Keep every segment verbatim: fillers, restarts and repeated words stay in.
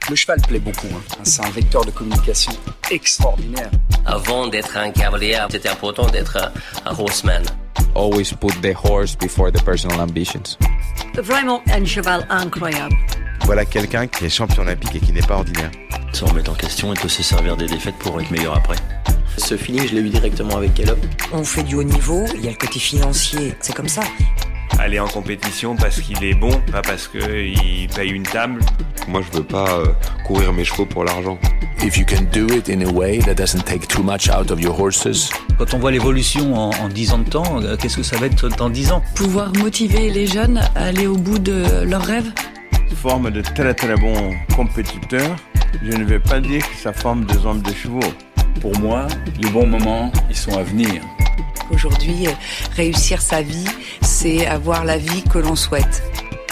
Le cheval plaît beaucoup, hein. C'est un vecteur de communication extraordinaire. Avant d'être un cavalier, c'était important d'être un, un horseman. Always put the horse before the personal ambitions. Vraiment un cheval incroyable. Voilà quelqu'un qui est champion olympique et qui n'est pas ordinaire. Se remettre en question et peut se servir des défaites pour être meilleur après. Ce feeling, je l'ai eu directement avec Caleb. On fait du haut niveau, il y a le côté financier, c'est comme ça. Aller en compétition parce qu'il est bon, pas parce qu'il paye une table. Moi, je veux pas euh, courir mes chevaux pour l'argent. If you can do it in a way that doesn't take too much out of your horses. Quand on voit l'évolution en, en dix ans de temps, euh, qu'est-ce que ça va être dans dix ans ? Pouvoir motiver les jeunes à aller au bout de leurs rêves. Forme de très très bons compétiteurs. Je ne vais pas dire que ça forme des hommes de chevaux. Pour moi, les bons moments, ils sont à venir. Aujourd'hui, réussir sa vie, c'est avoir la vie que l'on souhaite.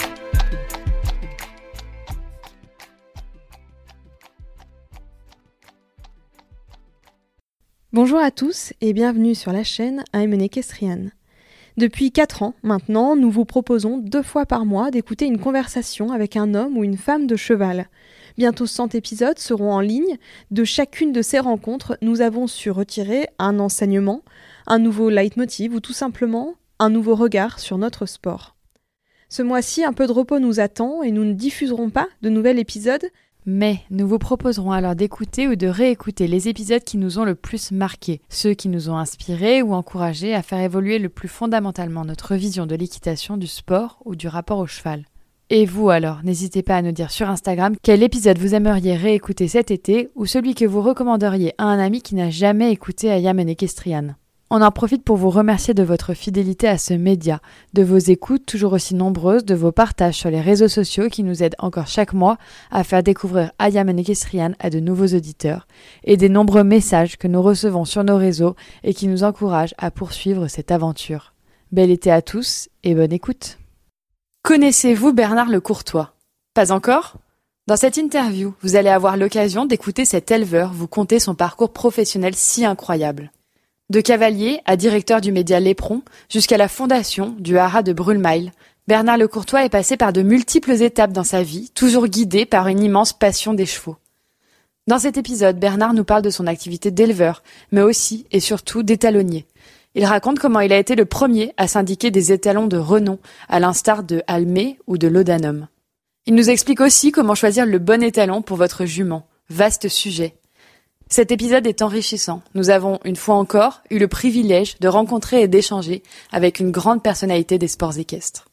Bonjour à tous et bienvenue sur la chaîne I'm an Equestrian. Depuis quatre ans maintenant, nous vous proposons deux fois par mois d'écouter une conversation avec un homme ou une femme de cheval. Bientôt cent épisodes seront en ligne. De chacune de ces rencontres, nous avons su retirer un enseignement, un nouveau leitmotiv ou tout simplement un nouveau regard sur notre sport. Ce mois-ci, un peu de repos nous attend et nous ne diffuserons pas de nouvel épisode, mais nous vous proposerons alors d'écouter ou de réécouter les épisodes qui nous ont le plus marqués, ceux qui nous ont inspirés ou encouragés à faire évoluer le plus fondamentalement notre vision de l'équitation, du sport ou du rapport au cheval. Et vous alors, n'hésitez pas à nous dire sur Instagram quel épisode vous aimeriez réécouter cet été ou celui que vous recommanderiez à un ami qui n'a jamais écouté I Am an Equestrian. On en profite pour vous remercier de votre fidélité à ce média, de vos écoutes toujours aussi nombreuses, de vos partages sur les réseaux sociaux qui nous aident encore chaque mois à faire découvrir I Am an Equestrian à de nouveaux auditeurs, et des nombreux messages que nous recevons sur nos réseaux et qui nous encouragent à poursuivre cette aventure. Bel été à tous et bonne écoute. Connaissez-vous Bernard Le Courtois ? Pas encore ? Dans cette interview, vous allez avoir l'occasion d'écouter cet éleveur vous conter son parcours professionnel si incroyable. De cavalier à directeur du média L'Éperon, jusqu'à la fondation du haras de Brulmail, Bernard Le Courtois est passé par de multiples étapes dans sa vie, toujours guidé par une immense passion des chevaux. Dans cet épisode, Bernard nous parle de son activité d'éleveur, mais aussi et surtout d'étalonnier. Il raconte comment il a été le premier à syndiquer des étalons de renom, à l'instar de Almé ou de Laudanum. Il nous explique aussi comment choisir le bon étalon pour votre jument. Vaste sujet. Cet épisode est enrichissant. Nous avons, une fois encore, eu le privilège de rencontrer et d'échanger avec une grande personnalité des sports équestres.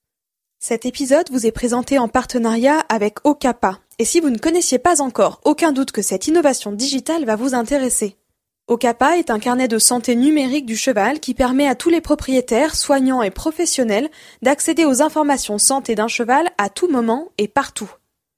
Cet épisode vous est présenté en partenariat avec Okapa. Et si vous ne connaissiez pas encore, aucun doute que cette innovation digitale va vous intéresser. Okapa est un carnet de santé numérique du cheval qui permet à tous les propriétaires, soignants et professionnels d'accéder aux informations santé d'un cheval à tout moment et partout.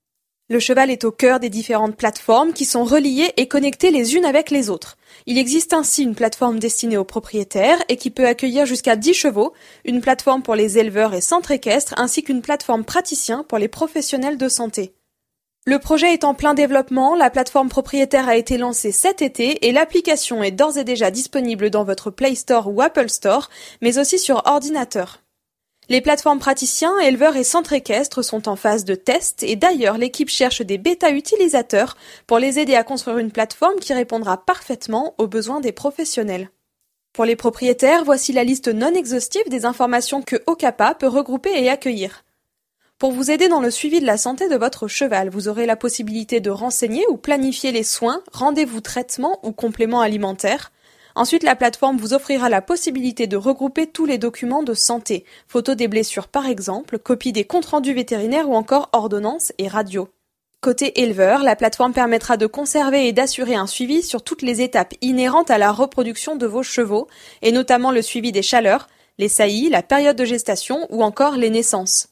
Le cheval est au cœur des différentes plateformes qui sont reliées et connectées les unes avec les autres. Il existe ainsi une plateforme destinée aux propriétaires et qui peut accueillir jusqu'à dix chevaux, une plateforme pour les éleveurs et centres équestres ainsi qu'une plateforme praticien pour les professionnels de santé. Le projet est en plein développement, la plateforme propriétaire a été lancée cet été et l'application est d'ores et déjà disponible dans votre Play Store ou Apple Store, mais aussi sur ordinateur. Les plateformes praticiens, éleveurs et centres équestres sont en phase de test et d'ailleurs l'équipe cherche des bêta-utilisateurs pour les aider à construire une plateforme qui répondra parfaitement aux besoins des professionnels. Pour les propriétaires, voici la liste non exhaustive des informations que Okapa peut regrouper et accueillir. Pour vous aider dans le suivi de la santé de votre cheval, vous aurez la possibilité de renseigner ou planifier les soins, rendez-vous traitements ou compléments alimentaires. Ensuite, la plateforme vous offrira la possibilité de regrouper tous les documents de santé, photos des blessures par exemple, copies des comptes rendus vétérinaires ou encore ordonnances et radios. Côté éleveur, la plateforme permettra de conserver et d'assurer un suivi sur toutes les étapes inhérentes à la reproduction de vos chevaux, et notamment le suivi des chaleurs, les saillies, la période de gestation ou encore les naissances.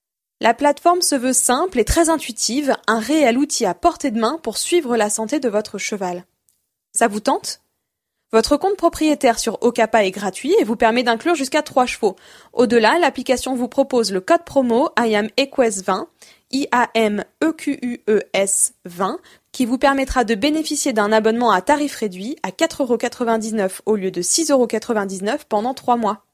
La plateforme se veut simple et très intuitive, un réel outil à portée de main pour suivre la santé de votre cheval. Ça vous tente ? Votre compte propriétaire sur Okapa est gratuit et vous permet d'inclure jusqu'à trois chevaux. Au-delà, l'application vous propose le code promo I am Eques vingt, I A M E Q U E S vingt, qui vous permettra de bénéficier d'un abonnement à tarif réduit à quatre euros quatre-vingt-dix-neuf au lieu de six euros quatre-vingt-dix-neuf pendant trois mois.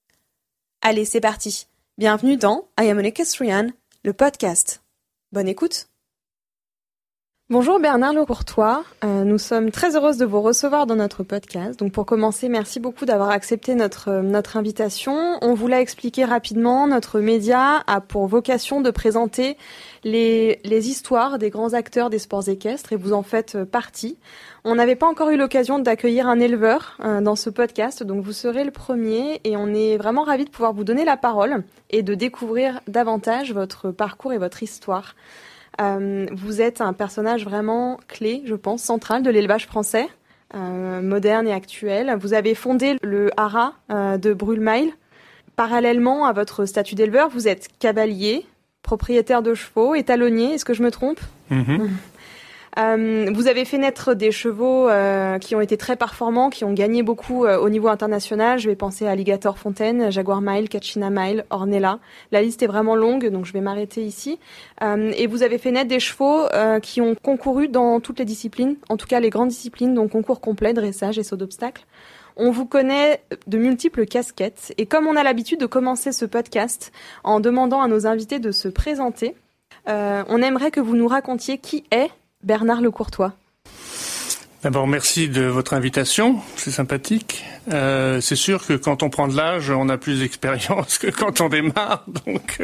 Allez, c'est parti. Bienvenue dans I Am an Equestrian, le podcast. Bonne écoute. Bonjour Bernard Lecourtois, euh, nous sommes très heureuses de vous recevoir dans notre podcast. Donc pour commencer, merci beaucoup d'avoir accepté notre euh, notre invitation. On vous l'a expliqué rapidement, notre média a pour vocation de présenter les les histoires des grands acteurs des sports équestres et vous en faites partie. On n'avait pas encore eu l'occasion d'accueillir un éleveur euh, dans ce podcast, donc vous serez le premier et on est vraiment ravis de pouvoir vous donner la parole et de découvrir davantage votre parcours et votre histoire. Euh, vous êtes un personnage vraiment clé, je pense, central de l'élevage français, euh, moderne et actuel. Vous avez fondé le haras euh, de Brulemail. Parallèlement à votre statut d'éleveur, vous êtes cavalier, propriétaire de chevaux et talonnier. Est-ce que je me trompe ? Mm-hmm. Euh, vous avez fait naître des chevaux euh, qui ont été très performants, qui ont gagné beaucoup euh, au niveau international. Je vais penser à Alligator Fontaine, Jaguar Mile, Kachina Mile, Ornella. La liste est vraiment longue, donc je vais m'arrêter ici. Euh, et vous avez fait naître des chevaux euh, qui ont concouru dans toutes les disciplines, en tout cas les grandes disciplines, donc concours complet, dressage et saut d'obstacle. On vous connaît de multiples casquettes. Et comme on a l'habitude de commencer ce podcast en demandant à nos invités de se présenter, euh, on aimerait que vous nous racontiez qui est Bernard Lecourtois. D'abord, merci de votre invitation, c'est sympathique. Euh, c'est sûr que quand on prend de l'âge, on a plus d'expérience que quand on démarre. Donc,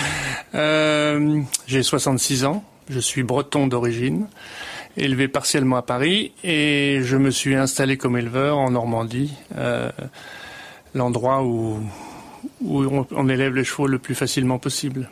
euh, j'ai soixante-six ans, je suis breton d'origine, élevé partiellement à Paris, et je me suis installé comme éleveur en Normandie, euh, l'endroit où, où on, on élève les chevaux le plus facilement possible.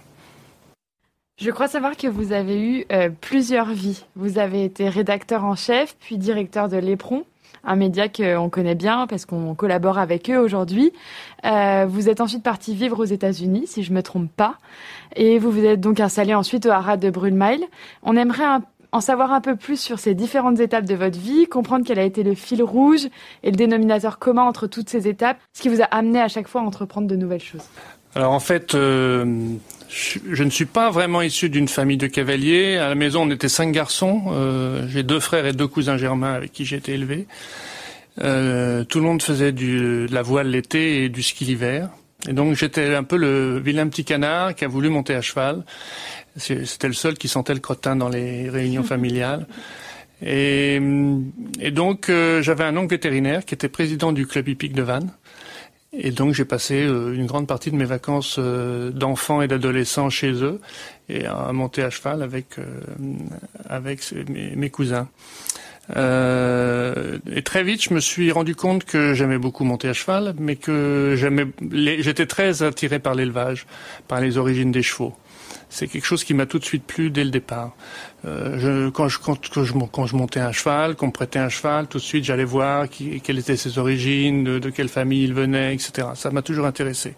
Je crois savoir que vous avez eu euh, plusieurs vies. Vous avez été rédacteur en chef, puis directeur de l'Éperon, un média qu'on connaît bien parce qu'on collabore avec eux aujourd'hui. Euh, vous êtes ensuite parti vivre aux États-Unis, si je me trompe pas, et vous vous êtes donc installé ensuite au haras de Brulemail. On aimerait un, en savoir un peu plus sur ces différentes étapes de votre vie, comprendre quel a été le fil rouge et le dénominateur commun entre toutes ces étapes, ce qui vous a amené à chaque fois à entreprendre de nouvelles choses. Alors en fait, euh, je, je ne suis pas vraiment issu d'une famille de cavaliers. À la maison, on était cinq garçons. Euh, j'ai deux frères et deux cousins germains avec qui j'ai été élevé. Euh, tout le monde faisait du, de la voile l'été et du ski l'hiver. Et donc j'étais un peu le vilain petit canard qui a voulu monter à cheval. C'était le seul qui sentait le crottin dans les réunions familiales. Et, et donc euh, j'avais un oncle vétérinaire qui était président du club hippique de Vannes. Et donc j'ai passé euh, une grande partie de mes vacances euh, d'enfants et d'adolescents chez eux et à monter à cheval avec euh, avec mes, mes cousins. Euh, et très vite, je me suis rendu compte que j'aimais beaucoup monter à cheval, mais que j'aimais, les, j'étais très attiré par l'élevage, par les origines des chevaux. C'est quelque chose qui m'a tout de suite plu dès le départ. Euh, je, quand, je, quand, quand, je, quand je montais un cheval, qu'on me prêtait un cheval, tout de suite j'allais voir qui, quelles étaient ses origines, de, de quelle famille il venait, et cetera. Ça m'a toujours intéressé.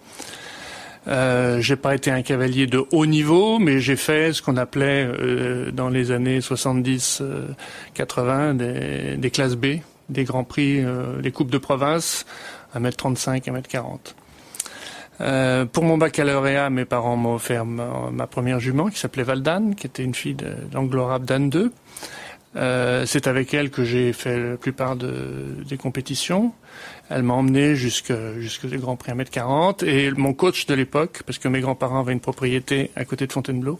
Euh, j'ai pas été un cavalier de haut niveau, mais j'ai fait ce qu'on appelait euh, dans les années soixante-dix quatre-vingts des, des classes B, des grands prix, euh, des coupes de province, un mètre trente-cinq, un mètre quarante. Euh, pour mon baccalauréat, mes parents m'ont offert ma, ma première jument qui s'appelait Valdane, qui était une fille de l'Anglo-Arabe d'Anne deux. Euh, c'est avec elle que j'ai fait la plupart de, des compétitions. Elle m'a emmené jusque jusque des Grands Prix un mètre quarante et mon coach de l'époque, parce que mes grands-parents avaient une propriété à côté de Fontainebleau,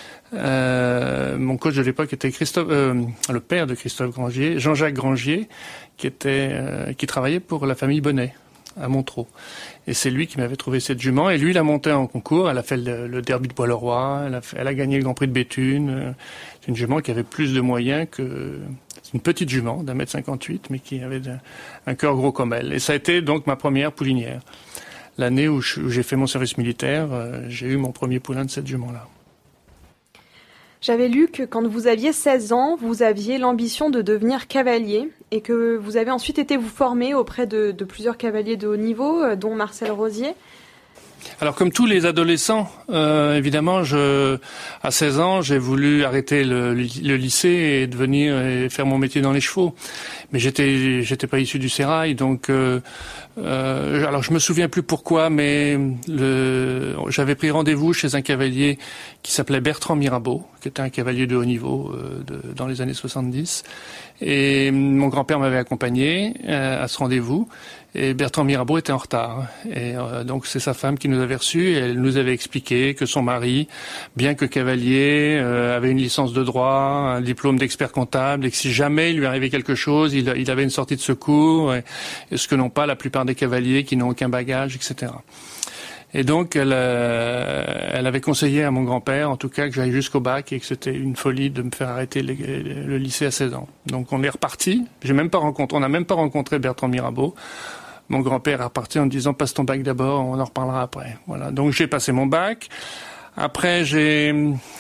euh, mon coach de l'époque était Christophe, euh, le père de Christophe Grangier, Jean-Jacques Grangier, qui était euh, qui travaillait pour la famille Bonnet à Montreux. Et c'est lui qui m'avait trouvé cette jument. Et lui, il a monté en concours. Elle a fait le, le derby de Bois-le-Roi. Elle a, fait, elle a gagné le Grand Prix de Béthune. C'est une jument qui avait plus de moyens que... C'est une petite jument d'un mètre cinquante-huit, mais qui avait un, un cœur gros comme elle. Et ça a été donc ma première poulinière. L'année où, je, où j'ai fait mon service militaire, euh, j'ai eu mon premier poulain de cette jument-là. J'avais lu que quand vous aviez seize ans, vous aviez l'ambition de devenir cavalier et que vous avez ensuite été vous former auprès de, de plusieurs cavaliers de haut niveau, dont Marcel Rosier. Alors comme tous les adolescents, euh, évidemment, je, à seize ans, j'ai voulu arrêter le, le lycée et devenir et faire mon métier dans les chevaux. Mais j'étais, j'étais pas issu du sérail, donc euh, euh, alors je me souviens plus pourquoi, mais le, j'avais pris rendez-vous chez un cavalier qui s'appelait Bertrand Mirabeau, qui était un cavalier de haut niveau euh, de, dans les années soixante-dix. Et mon grand-père m'avait accompagné euh, à ce rendez-vous. Et Bertrand Mirabeau était en retard. Et euh, donc c'est sa femme qui nous avait reçus et elle nous avait expliqué que son mari, bien que cavalier, euh, avait une licence de droit, un diplôme d'expert comptable et que si jamais il lui arrivait quelque chose, il, il avait une sortie de secours, et, et ce que n'ont pas la plupart des cavaliers qui n'ont aucun bagage, et cetera. Et donc elle, euh, elle avait conseillé à mon grand-père, en tout cas, que j'aille jusqu'au bac et que c'était une folie de me faire arrêter le, le lycée à seize ans. Donc on est reparti. J'ai même pas rencontré, on n'a même pas rencontré Bertrand Mirabeau. Mon grand-père est reparti en me disant passe ton bac d'abord, on en reparlera après. Voilà. Donc j'ai passé mon bac. Après j'ai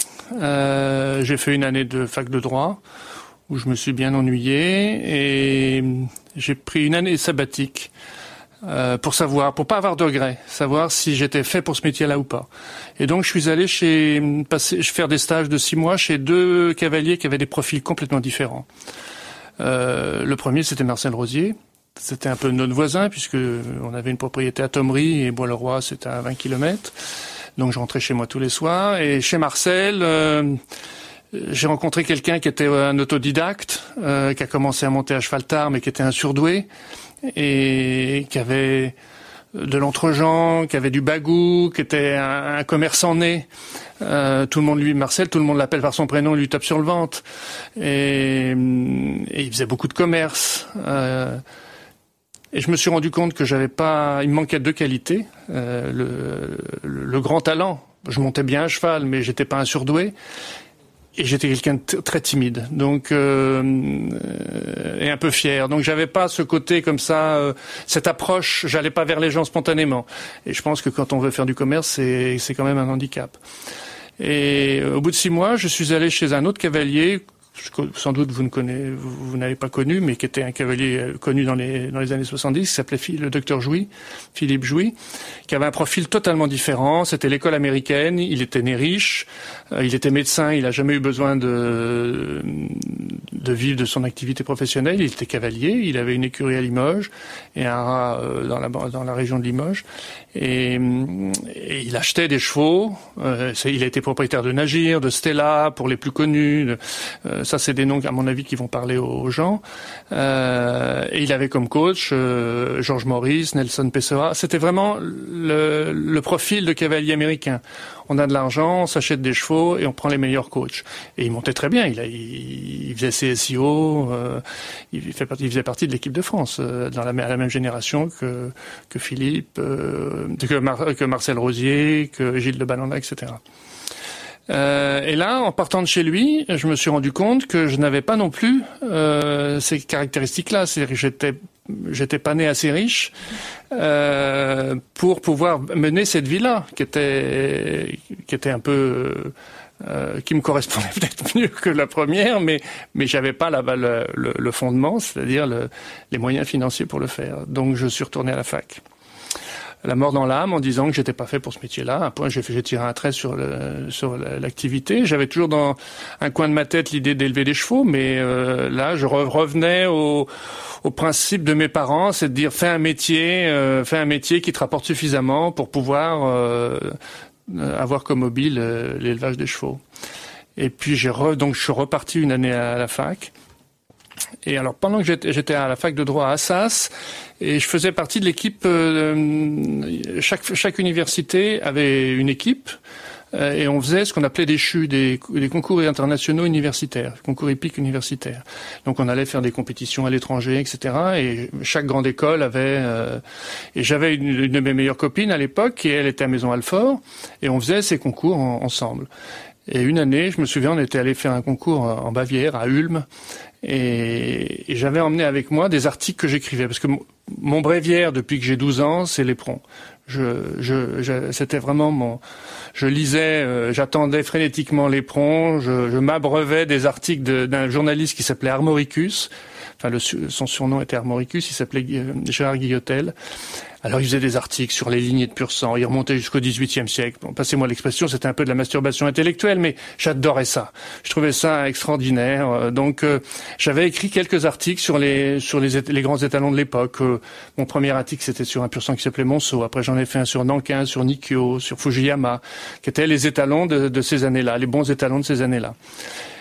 euh, j'ai fait une année de fac de droit où je me suis bien ennuyé et j'ai pris une année sabbatique. Euh, pour savoir, pour pas avoir de regrets, savoir si j'étais fait pour ce métier-là ou pas. Et donc je suis allé chez, passer, faire des stages de six mois chez deux cavaliers qui avaient des profils complètement différents. Euh, le premier, c'était Marcel Rosier. C'était un peu notre voisin puisque on avait une propriété à Thomery et Bois-le-Roi, c'était à vingt kilomètres. Donc je rentrais chez moi tous les soirs. Et chez Marcel, euh, j'ai rencontré quelqu'un qui était un autodidacte, euh, qui a commencé à monter à cheval tard, mais qui était un surdoué. Et qui avait de l'entre-gens, qui avait du bagou, qui était un, un commerçant né. Euh, tout le monde lui, Marcel, tout le monde l'appelle par son prénom, lui tape sur le ventre. Et, et il faisait beaucoup de commerce. Euh, et je me suis rendu compte que j'avais pas, il me manquait deux qualités. Euh, le, le, le grand talent. Je montais bien à cheval, mais j'étais pas un surdoué. Et j'étais quelqu'un de t- très timide, donc euh, euh, et un peu fier. Donc j'avais pas ce côté comme ça, euh, cette approche. J'allais pas vers les gens spontanément. Et je pense que quand on veut faire du commerce, c'est c'est quand même un handicap. Et euh, au bout de six mois, je suis allé chez un autre cavalier. Sans doute vous ne connaissez, vous, vous n'avez pas connu, mais qui était un cavalier connu dans les dans les années soixante-dix, qui s'appelait le docteur Jouy, Philippe Jouy, qui avait un profil totalement différent. C'était l'école américaine. Il était né riche, euh, il était médecin. Il a jamais eu besoin de de vivre de son activité professionnelle. Il était cavalier. Il avait une écurie à Limoges et un rat euh, dans la dans la région de Limoges. Et, et il achetait des chevaux. Euh, il a été propriétaire de Nagir, de Stella, pour les plus connus. De, euh, ça, c'est des noms, à mon avis, qui vont parler aux gens. Euh, et il avait comme coach euh, George Morris, Nelson Pessoa. C'était vraiment le, le profil de cavalier américain. On a de l'argent, on s'achète des chevaux et on prend les meilleurs coachs. Et il montait très bien. Il, a, il, il faisait C S I O. Euh, il, fait partie, il faisait partie de l'équipe de France, euh, dans la, à la même génération que, que Philippe, euh, que, Mar, que Marcel Rosier, que Gilles de Balanda, et cetera. Euh, et là, en partant de chez lui, je me suis rendu compte que je n'avais pas non plus euh, ces caractéristiques-là. C'est-à-dire que j'étais, j'étais pas né assez riche euh, pour pouvoir mener cette vie-là, qui était, qui était un peu, euh, qui me correspondait peut-être mieux que la première, mais mais j'avais pas là-bas le, le, le fondement, c'est-à-dire le, les moyens financiers pour le faire. Donc, je suis retourné à la fac. La mort dans l'âme, en disant que j'étais pas fait pour ce métier-là. Un point, j'ai, j'ai tiré un trait sur, le, sur l'activité. J'avais toujours dans un coin de ma tête l'idée d'élever des chevaux, mais euh, là, je revenais au, au principe de mes parents, c'est de dire fais un métier, euh, fais un métier qui te rapporte suffisamment pour pouvoir euh, avoir comme hobby le, l'élevage des chevaux. Et puis j'ai re, donc je suis reparti une année à la fac. Et alors pendant que j'étais, j'étais à la fac de droit à Assas, et je faisais partie de l'équipe. Euh, chaque chaque université avait une équipe, euh, et on faisait ce qu'on appelait des C H U, des, des concours internationaux universitaires, concours hippiques universitaires. Donc on allait faire des compétitions à l'étranger, et cetera. Et chaque grande école avait. Euh, et j'avais une, une de mes meilleures copines à l'époque, et elle était à Maison-Alfort, et on faisait ces concours en, ensemble. Et une année, je me souviens, on était allé faire un concours en Bavière, à Ulm, et, et j'avais emmené avec moi des articles que j'écrivais, parce que mon, mon bréviaire, depuis que j'ai douze ans, c'est l'éperon. Je, je, je, c'était vraiment mon, je lisais, euh, j'attendais frénétiquement l'éperon, je, je m'abreuvais des articles de, d'un journaliste qui s'appelait Armoricus. Enfin, le, son surnom était Armoricus, il s'appelait Gérard Guillotel. Alors, il faisait des articles sur les lignées de pur sang. Il remontait jusqu'au dix-huitième siècle. Bon, passez-moi l'expression, c'était un peu de la masturbation intellectuelle, mais j'adorais ça. Je trouvais ça extraordinaire. Donc, euh, j'avais écrit quelques articles sur les sur les, les grands étalons de l'époque. Euh, mon premier article, c'était sur un pur sang qui s'appelait Monceau. Après, j'en ai fait un sur Nankin, sur Nikkyo, sur Fujiyama, qui étaient les étalons de, de ces années-là, les bons étalons de ces années-là.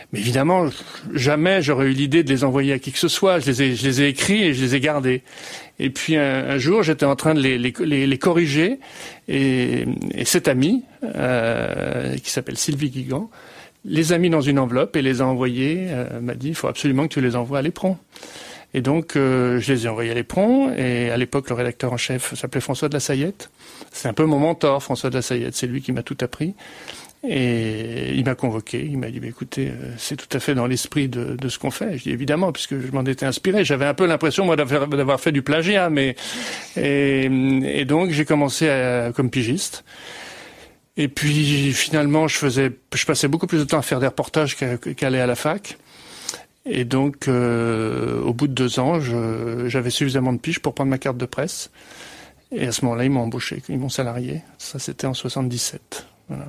Mais évidemment, jamais j'aurais eu l'idée de les envoyer à qui que ce soit. Je les ai, je les ai écrits et je les ai gardés. Et puis un, un jour, j'étais en train de les, les, les, les corriger, et, et cette amie, euh, qui s'appelle Sylvie Guigan, les a mis dans une enveloppe et les a envoyés. Euh, m'a dit, il faut absolument que tu les envoies à l'Éperon. Et donc, euh, je les ai envoyés à l'Éperon, et à l'époque, le rédacteur en chef s'appelait François de la Sayette. C'est un peu mon mentor, François de la Sayette. C'est lui qui m'a tout appris. Et il m'a convoqué, il m'a dit, bah, écoutez, euh, c'est tout à fait dans l'esprit de, de ce qu'on fait. Je dis, évidemment, puisque je m'en étais inspiré. J'avais un peu l'impression, moi, d'avoir, d'avoir fait du plagiat, mais, et, et donc, j'ai commencé à, comme pigiste. Et puis, finalement, je faisais, je passais beaucoup plus de temps à faire des reportages qu'à, qu'à aller à la fac. Et donc, euh, au bout de deux ans, je, j'avais suffisamment de piges pour prendre ma carte de presse. Et à ce moment-là, ils m'ont embauché, ils m'ont salarié. Ça, c'était en soixante-dix-sept. Voilà.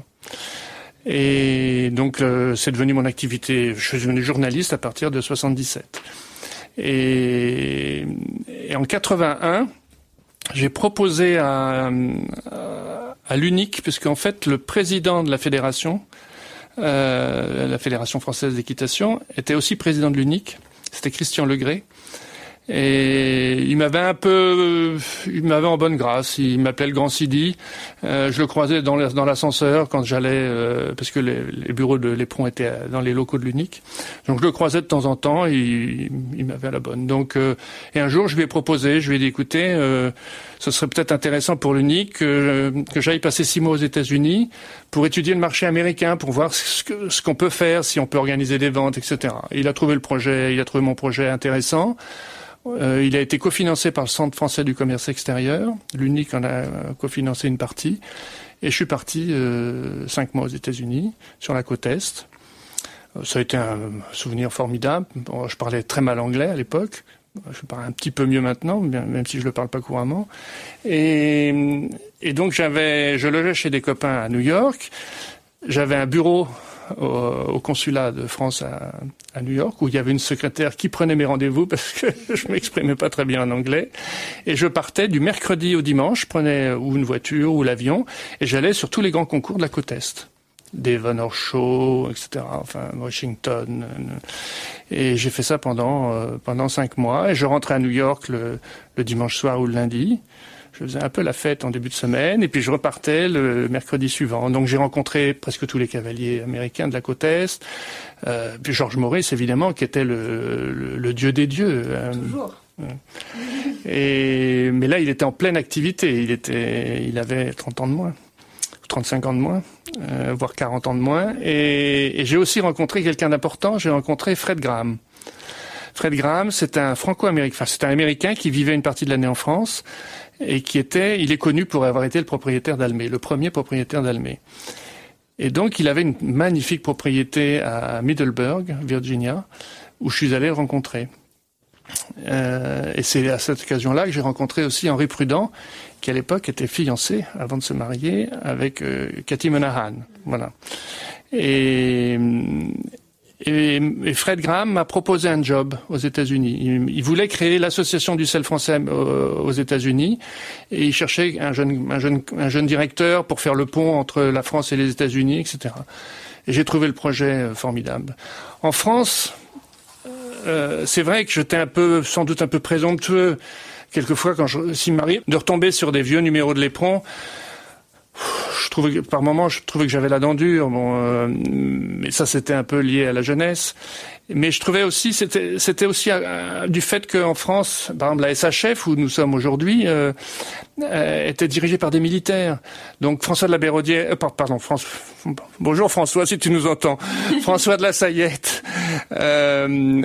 Et donc, euh, c'est devenu mon activité. Je suis devenu journaliste à partir de soixante-dix-sept. Et, et en quatre-vingt-un, j'ai proposé à, à, à l'UNIC, puisqu'en fait, le président de la fédération, euh, la Fédération française d'équitation, était aussi président de l'UNIC. C'était Christian Legré. Et il m'avait un peu, il m'avait en bonne grâce. Il m'appelait le Grand Sidi. Euh, je le croisais dans, dans l'ascenseur quand j'allais, euh, parce que les, les bureaux de l'Éperon étaient dans les locaux de l'UNIC. Donc je le croisais de temps en temps. Et il, il m'avait à la bonne. Donc, euh, et un jour je lui ai proposé, je lui ai dit, écoutez, euh, ce serait peut-être intéressant pour l'UNIC que, que j'aille passer six mois aux États-Unis pour étudier le marché américain, pour voir ce, que, ce qu'on peut faire, si on peut organiser des ventes, et cetera. Et il a trouvé le projet, il a trouvé mon projet intéressant. Euh, il a été cofinancé par le Centre français du commerce extérieur. L'UNIC en a cofinancé une partie. Et je suis parti euh, cinq mois aux États-Unis, sur la côte Est. Euh, ça a été un souvenir formidable. Bon, je parlais très mal anglais à l'époque. Je parle un petit peu mieux maintenant, même si je le parle pas couramment. Et, et donc j'avais, je logeais chez des copains à New York. J'avais un bureau au, au consulat de France à, à New York, où il y avait une secrétaire qui prenait mes rendez-vous parce que je m'exprimais pas très bien en anglais. Et je partais du mercredi au dimanche, je prenais ou une voiture ou l'avion, et j'allais sur tous les grands concours de la côte Est. Devon Show, et cetera. Enfin, Washington. Et j'ai fait ça pendant euh, pendant cinq mois. Et je rentrais à New York le, le dimanche soir ou le lundi. Je faisais un peu la fête en début de semaine, et puis je repartais le mercredi suivant. Donc j'ai rencontré presque tous les cavaliers américains de la côte Est. Euh, puis George Morris, évidemment, qui était le, le, le dieu des dieux. Toujours. Et mais là, il était en pleine activité. Il était, il avait trente ans de moins. trente-cinq ans de moins, euh, voire quarante ans de moins. Et, et j'ai aussi rencontré quelqu'un d'important, j'ai rencontré Fred Graham. Fred Graham, c'est un franco-américain, enfin, c'est un Américain qui vivait une partie de l'année en France et qui était, il est connu pour avoir été le propriétaire d'Almé, le premier propriétaire d'Almé. Et donc, il avait une magnifique propriété à Middleburg, Virginia, où je suis allé le rencontrer. Euh, et c'est à cette occasion-là que j'ai rencontré aussi Henri Prudent, qui à l'époque était fiancé, avant de se marier, avec euh, Cathy Monahan. Voilà. Et, et, et Fred Graham m'a proposé un job aux États-Unis. Il, il voulait créer l'association du sel français aux, aux États-Unis, et il cherchait un jeune, un jeune, un jeune directeur pour faire le pont entre la France et les États-Unis, et cetera. Et j'ai trouvé le projet formidable. En France, Euh, c'est vrai que j'étais un peu, sans doute un peu présomptueux, quelquefois quand je, s'il m'arrive de retomber sur des vieux numéros de l'Éperon. Je trouvais que, par moments, je trouvais que j'avais la dent dure. Bon, euh, mais ça, c'était un peu lié à la jeunesse. Mais je trouvais aussi, c'était, c'était aussi euh, du fait qu'en France, par exemple, la S H F, où nous sommes aujourd'hui, euh, euh, était dirigée par des militaires. Donc François de la Béraudière, euh, pardon, France, bonjour François, si tu nous entends. François de la Sayette euh,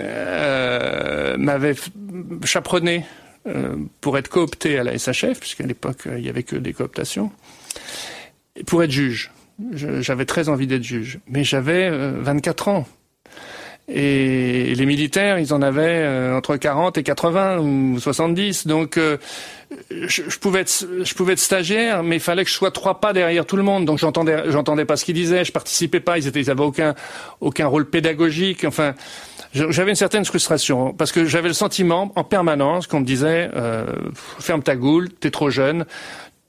euh, m'avait chaperonné euh, pour être coopté à la S H F, puisqu'à l'époque, euh, il y avait que des cooptations. Pour être juge. Je, j'avais très envie d'être juge. Mais j'avais euh, vingt-quatre ans. Et les militaires, ils en avaient euh, entre quarante et quatre-vingts ou soixante-dix. Donc, euh, je, je pouvais être, je pouvais être stagiaire, mais il fallait que je sois trois pas derrière tout le monde. Donc, j'entendais, j'entendais pas ce qu'ils disaient, je participais pas. Ils étaient, ils avaient aucun, aucun rôle pédagogique. Enfin, j'avais une certaine frustration parce que j'avais le sentiment en permanence qu'on me disait euh, ferme ta goule, t'es trop jeune.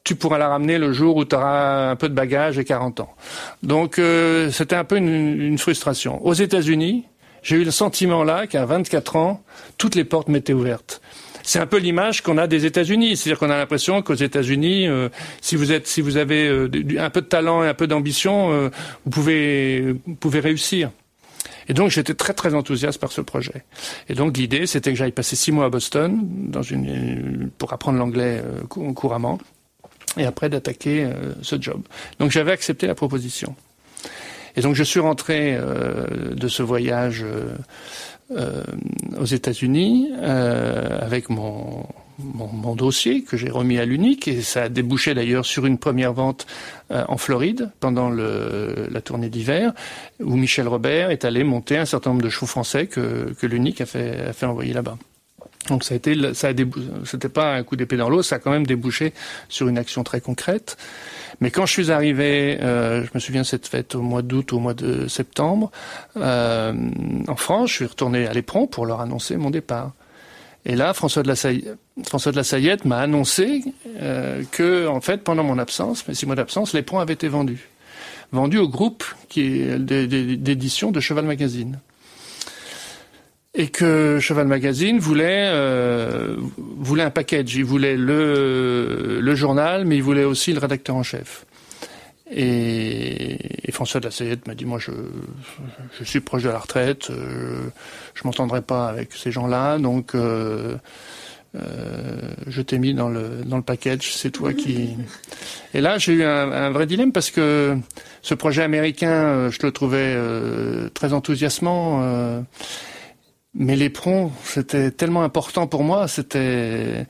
tu pourras la ramener le jour où tu auras un peu de bagage et quarante ans. Donc euh, c'était un peu une, une frustration. Aux États-Unis, j'ai eu le sentiment là qu'à vingt-quatre ans, toutes les portes m'étaient ouvertes. C'est un peu l'image qu'on a des États-Unis, c'est-à-dire qu'on a l'impression qu'aux États-Unis, euh, si vous êtes, si vous avez euh, un peu de talent et un peu d'ambition, euh, vous pouvez, vous pouvez réussir. Et donc j'étais très très enthousiaste par ce projet. Et donc l'idée, c'était que j'aille passer six mois à Boston dans une, pour apprendre l'anglais euh, couramment, et après d'attaquer euh, ce job. Donc j'avais accepté la proposition. Et donc je suis rentré euh, de ce voyage euh, euh, aux États-Unis euh, avec mon, mon, mon dossier que j'ai remis à l'Unique, et ça a débouché d'ailleurs sur une première vente euh, en Floride pendant le, la tournée d'hiver, où Michel Robert est allé monter un certain nombre de chevaux français que, que l'Unique a fait, a fait envoyer là-bas. Donc ça a été, ça a débou... c'était pas un coup d'épée dans l'eau, ça a quand même débouché sur une action très concrète. Mais quand je suis arrivé, euh, je me souviens de cette fête au mois d'août, au mois de septembre, euh, en France, je suis retourné à l'Éperon pour leur annoncer mon départ. Et là, François de la Sayette, François de la Sayette m'a annoncé euh, que, en fait, pendant mon absence, mes six mois d'absence, l'Éperon avait été vendu, vendu au groupe qui est d'édition de Cheval Magazine. Et que Cheval Magazine voulait euh, voulait un package. Il voulait le le journal, mais il voulait aussi le rédacteur en chef. Et, et François de la Sayette m'a dit, moi je je suis proche de la retraite, euh, je m'entendrai pas avec ces gens-là, donc euh, euh, je t'ai mis dans le dans le package. C'est toi qui. Et là j'ai eu un, un vrai dilemme parce que ce projet américain, je le trouvais euh, très enthousiasmant. Euh, Mais l'Éperon, c'était tellement important pour moi, c'était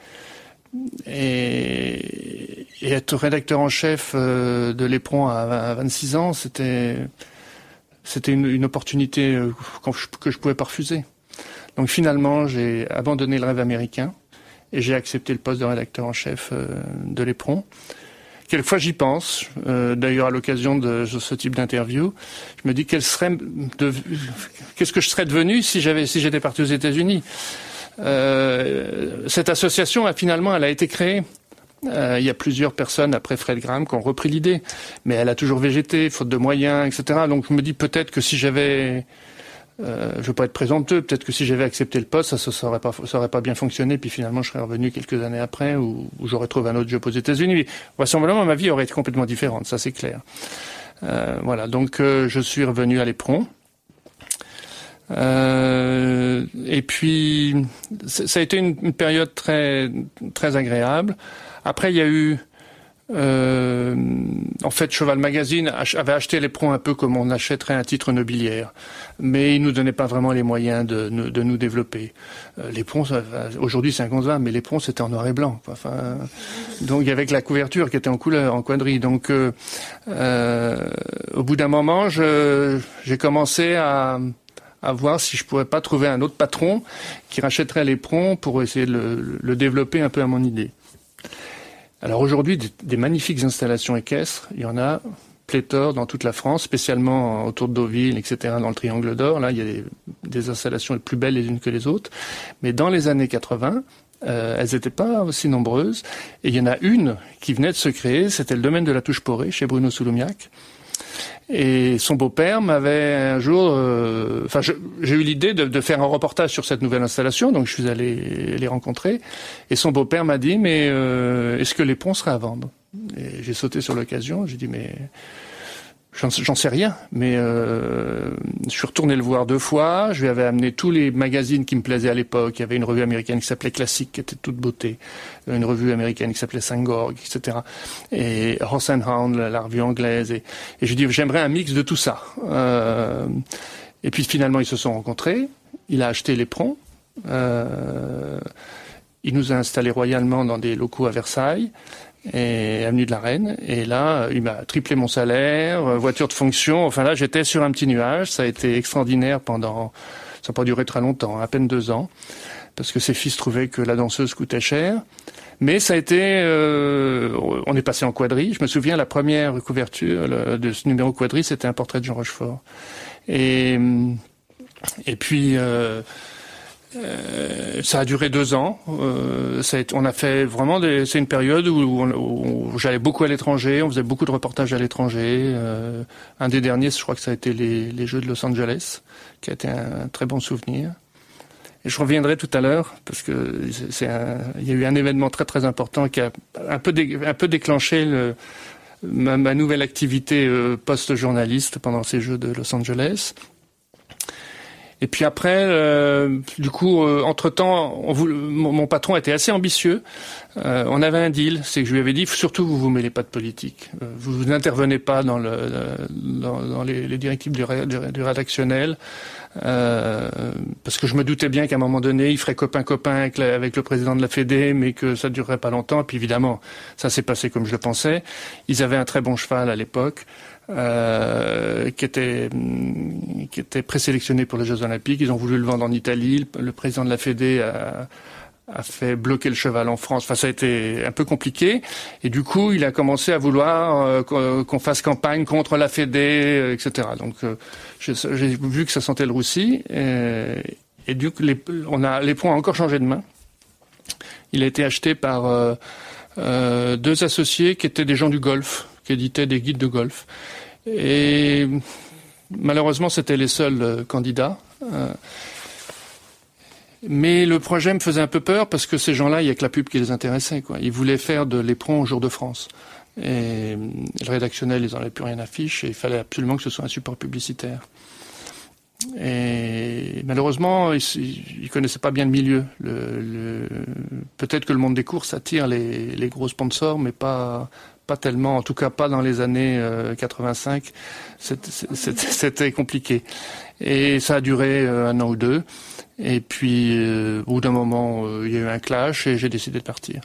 et, et être rédacteur en chef de l'Éperon à vingt-six ans, c'était c'était une, une opportunité que je pouvais pas refuser. Donc finalement, j'ai abandonné le rêve américain et j'ai accepté le poste de rédacteur en chef de l'Éperon. Quelquefois j'y pense, euh, d'ailleurs à l'occasion de ce type d'interview, je me dis quel serait de, qu'est-ce que je serais devenu si j'avais si j'étais parti aux États-Unis. Euh, cette association a finalement elle a été créée. Euh, il y a plusieurs personnes après Fred Graham qui ont repris l'idée, mais elle a toujours végété, faute de moyens, et cetera. Donc je me dis peut-être que si j'avais Euh, je veux pas être présomptueux, peut-être que si j'avais accepté le poste, ça, ça, ça aurait pas, ça aurait pas bien fonctionné, puis finalement je serais revenu quelques années après, où, où j'aurais trouvé un autre job aux États-Unis. Mais vraisemblablement, ma vie aurait été complètement différente, ça c'est clair. Euh, voilà, donc euh, je suis revenu à l'Éperon. Euh, et puis, ça a été une, une période très, très agréable. Après, il y a eu... Euh, en fait, Cheval Magazine avait acheté l'Éperon un peu comme on achèterait un titre nobiliaire, mais il nous donnait pas vraiment les moyens de, de nous développer. Euh, L'Éperon, aujourd'hui c'est un Gonzague, mais l'Éperon c'était en noir et blanc. Enfin, donc avec la couverture qui était en couleur, en quadrille. Donc, euh, euh, au bout d'un moment, je, j'ai commencé à à voir si je pourrais pas trouver un autre patron qui rachèterait l'Éperon pour essayer de le, le développer un peu à mon idée. Alors aujourd'hui, des, des magnifiques installations équestres, il y en a pléthore dans toute la France, spécialement autour de Deauville, et cetera, dans le Triangle d'Or. Là, il y a des, des installations les plus belles les unes que les autres. Mais dans les années quatre-vingts, euh, elles n'étaient pas aussi nombreuses. Et il y en a une qui venait de se créer, c'était le domaine de la Touche-Porée, chez Bruno Souloumiac. Et son beau-père m'avait un jour... Enfin, euh, j'ai eu l'idée de, de faire un reportage sur cette nouvelle installation, donc je suis allé les rencontrer. Et son beau-père m'a dit, mais euh, est-ce que l'Éperon serait à vendre? Et j'ai sauté sur l'occasion, j'ai dit, mais... J'en, j'en sais rien, mais euh, je suis retourné le voir deux fois. Je lui avais amené tous les magazines qui me plaisaient à l'époque. Il y avait une revue américaine qui s'appelait Classique, qui était toute beauté. Une revue américaine qui s'appelait Sangorg, et cetera. Et Horse and Hound, la, la revue anglaise. Et, et je lui ai dit, j'aimerais un mix de tout ça. Euh, et puis finalement, ils se sont rencontrés. Il a acheté l'Éperon. Euh, il nous a installés royalement dans des locaux à Versailles. Et avenue de la Reine, et là il m'a triplé mon salaire, voiture de fonction, enfin là j'étais sur un petit nuage. Ça a été extraordinaire pendant, ça n'a pas duré très longtemps, à peine deux ans, parce que ses fils trouvaient que la danseuse coûtait cher, mais ça a été, euh, on est passé en quadrille. Je me souviens, la première couverture le, de ce numéro quadrille, c'était un portrait de Jean Rochefort, et et puis euh, Euh, ça a duré deux ans. Euh, ça a été, on a fait vraiment des, c'est une période où, où, où j'allais beaucoup à l'étranger. On faisait beaucoup de reportages à l'étranger. Euh, un des derniers, je crois que ça a été les, les Jeux de Los Angeles, qui a été un, un très bon souvenir. Et je reviendrai tout à l'heure parce que c'est, c'est un, il y a eu un événement très très important qui a un peu, dé, un peu déclenché le, ma, ma nouvelle activité euh, post-journaliste pendant ces Jeux de Los Angeles. Et puis après, euh, du coup, euh, entre-temps, on voulait, mon, mon patron était assez ambitieux. Euh, on avait un deal, c'est que je lui avais dit, surtout, vous vous mêlez pas de politique. Euh, vous, vous n'intervenez pas dans, le, dans, dans les, les directives du, du, du rédactionnel. Euh, parce que je me doutais bien qu'à un moment donné, il ferait copain-copain avec, la, avec le président de la Fédé, mais que ça durerait pas longtemps. Et puis évidemment, ça s'est passé comme je le pensais. Ils avaient un très bon cheval à l'époque. Euh, qui était qui était présélectionné pour les Jeux Olympiques. Ils ont voulu le vendre en Italie. Le, le président de la Fédé a, a fait bloquer le cheval en France. Enfin, ça a été un peu compliqué. Et du coup, il a commencé à vouloir euh, qu'on fasse campagne contre la Fédé, euh, et cetera. Donc, euh, j'ai, j'ai vu que ça sentait le roussi. Et, et du coup, les, on a l'éperon a encore changé de main. Il a été acheté par euh, euh, deux associés qui étaient des gens du golf, qui éditait des guides de golf. Et malheureusement, c'était les seuls euh, candidats. Euh, mais le projet me faisait un peu peur parce que ces gens-là, il n'y a que la pub qui les intéressait, quoi. Ils voulaient faire de l'éperon au Jour de France. Et le rédactionnel, ils n'en avaient plus rien à fiche et il fallait absolument que ce soit un support publicitaire. Et malheureusement, ils ne connaissaient pas bien le milieu. Le, le, peut-être que le monde des courses attire les, les gros sponsors, mais pas... Pas tellement, en tout cas pas dans les années euh, quatre-vingt-cinq, c'était, c'était, c'était compliqué. Et ça a duré euh, un an ou deux. Et puis, euh, au bout d'un moment, euh, il y a eu un clash et j'ai décidé de partir.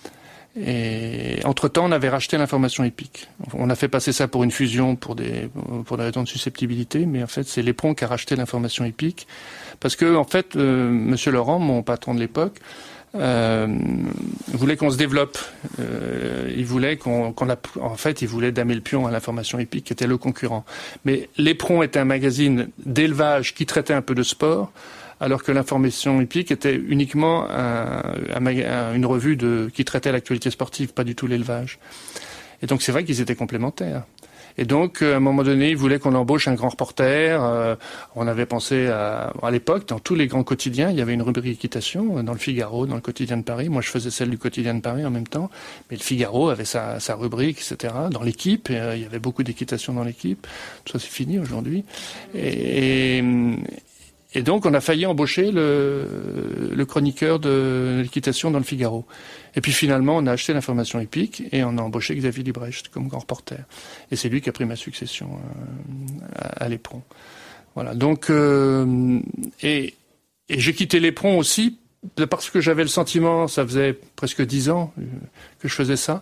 Et entre-temps, on avait racheté l'information épique. On a fait passer ça pour une fusion pour des, pour des raisons de susceptibilité, mais en fait, c'est l'éperon qui a racheté l'information épique. Parce que, en fait, euh, Monsieur Laurent, mon patron de l'époque, Euh, voulait qu'on se développe. Euh, il voulait qu'on, qu'on a, en fait, il voulait damer le pion à l'information épique, qui était le concurrent. Mais l'éperon était un magazine d'élevage qui traitait un peu de sport, alors que l'information épique était uniquement un, un, une revue de, qui traitait l'actualité sportive, pas du tout l'élevage. Et donc c'est vrai qu'ils étaient complémentaires. Et donc, à un moment donné, ils voulaient qu'on embauche un grand reporter. Euh, on avait pensé à, à l'époque, dans tous les grands quotidiens, il y avait une rubrique équitation, dans le Figaro, dans le Quotidien de Paris. Moi, je faisais celle du Quotidien de Paris en même temps. Mais le Figaro avait sa, sa rubrique, et cetera. Dans l'équipe, et, euh, il y avait beaucoup d'équitation dans l'équipe. Ça, c'est fini aujourd'hui. Et, et, et donc, on a failli embaucher le, le chroniqueur de l'équitation dans le Figaro. Et puis finalement, on a acheté l'information épique et on a embauché Xavier Librecht comme grand reporter. Et c'est lui qui a pris ma succession euh, à, à l'éperon. Voilà. Donc, euh, et, et j'ai quitté l'éperon aussi parce que j'avais le sentiment, ça faisait presque dix ans que je faisais ça.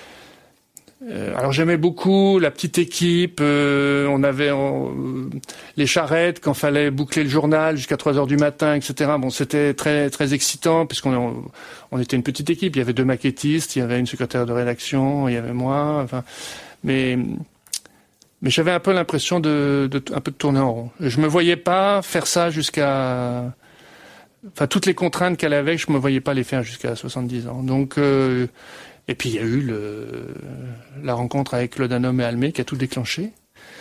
Euh, alors j'aimais beaucoup la petite équipe, euh, on avait on, euh, les charrettes quand fallait boucler le journal jusqu'à trois heures du matin, et cetera. Bon, c'était très très excitant puisqu'on on, on était une petite équipe. Il y avait deux maquettistes, il y avait une secrétaire de rédaction, il y avait moi. Enfin, mais mais j'avais un peu l'impression de, de un peu de tourner en rond. Je me voyais pas faire ça jusqu'à, enfin toutes les contraintes qu'elle avait, je me voyais pas les faire jusqu'à soixante-dix ans. Donc euh, et puis il y a eu le, la rencontre avec Claude Hanom et Almé qui a tout déclenché.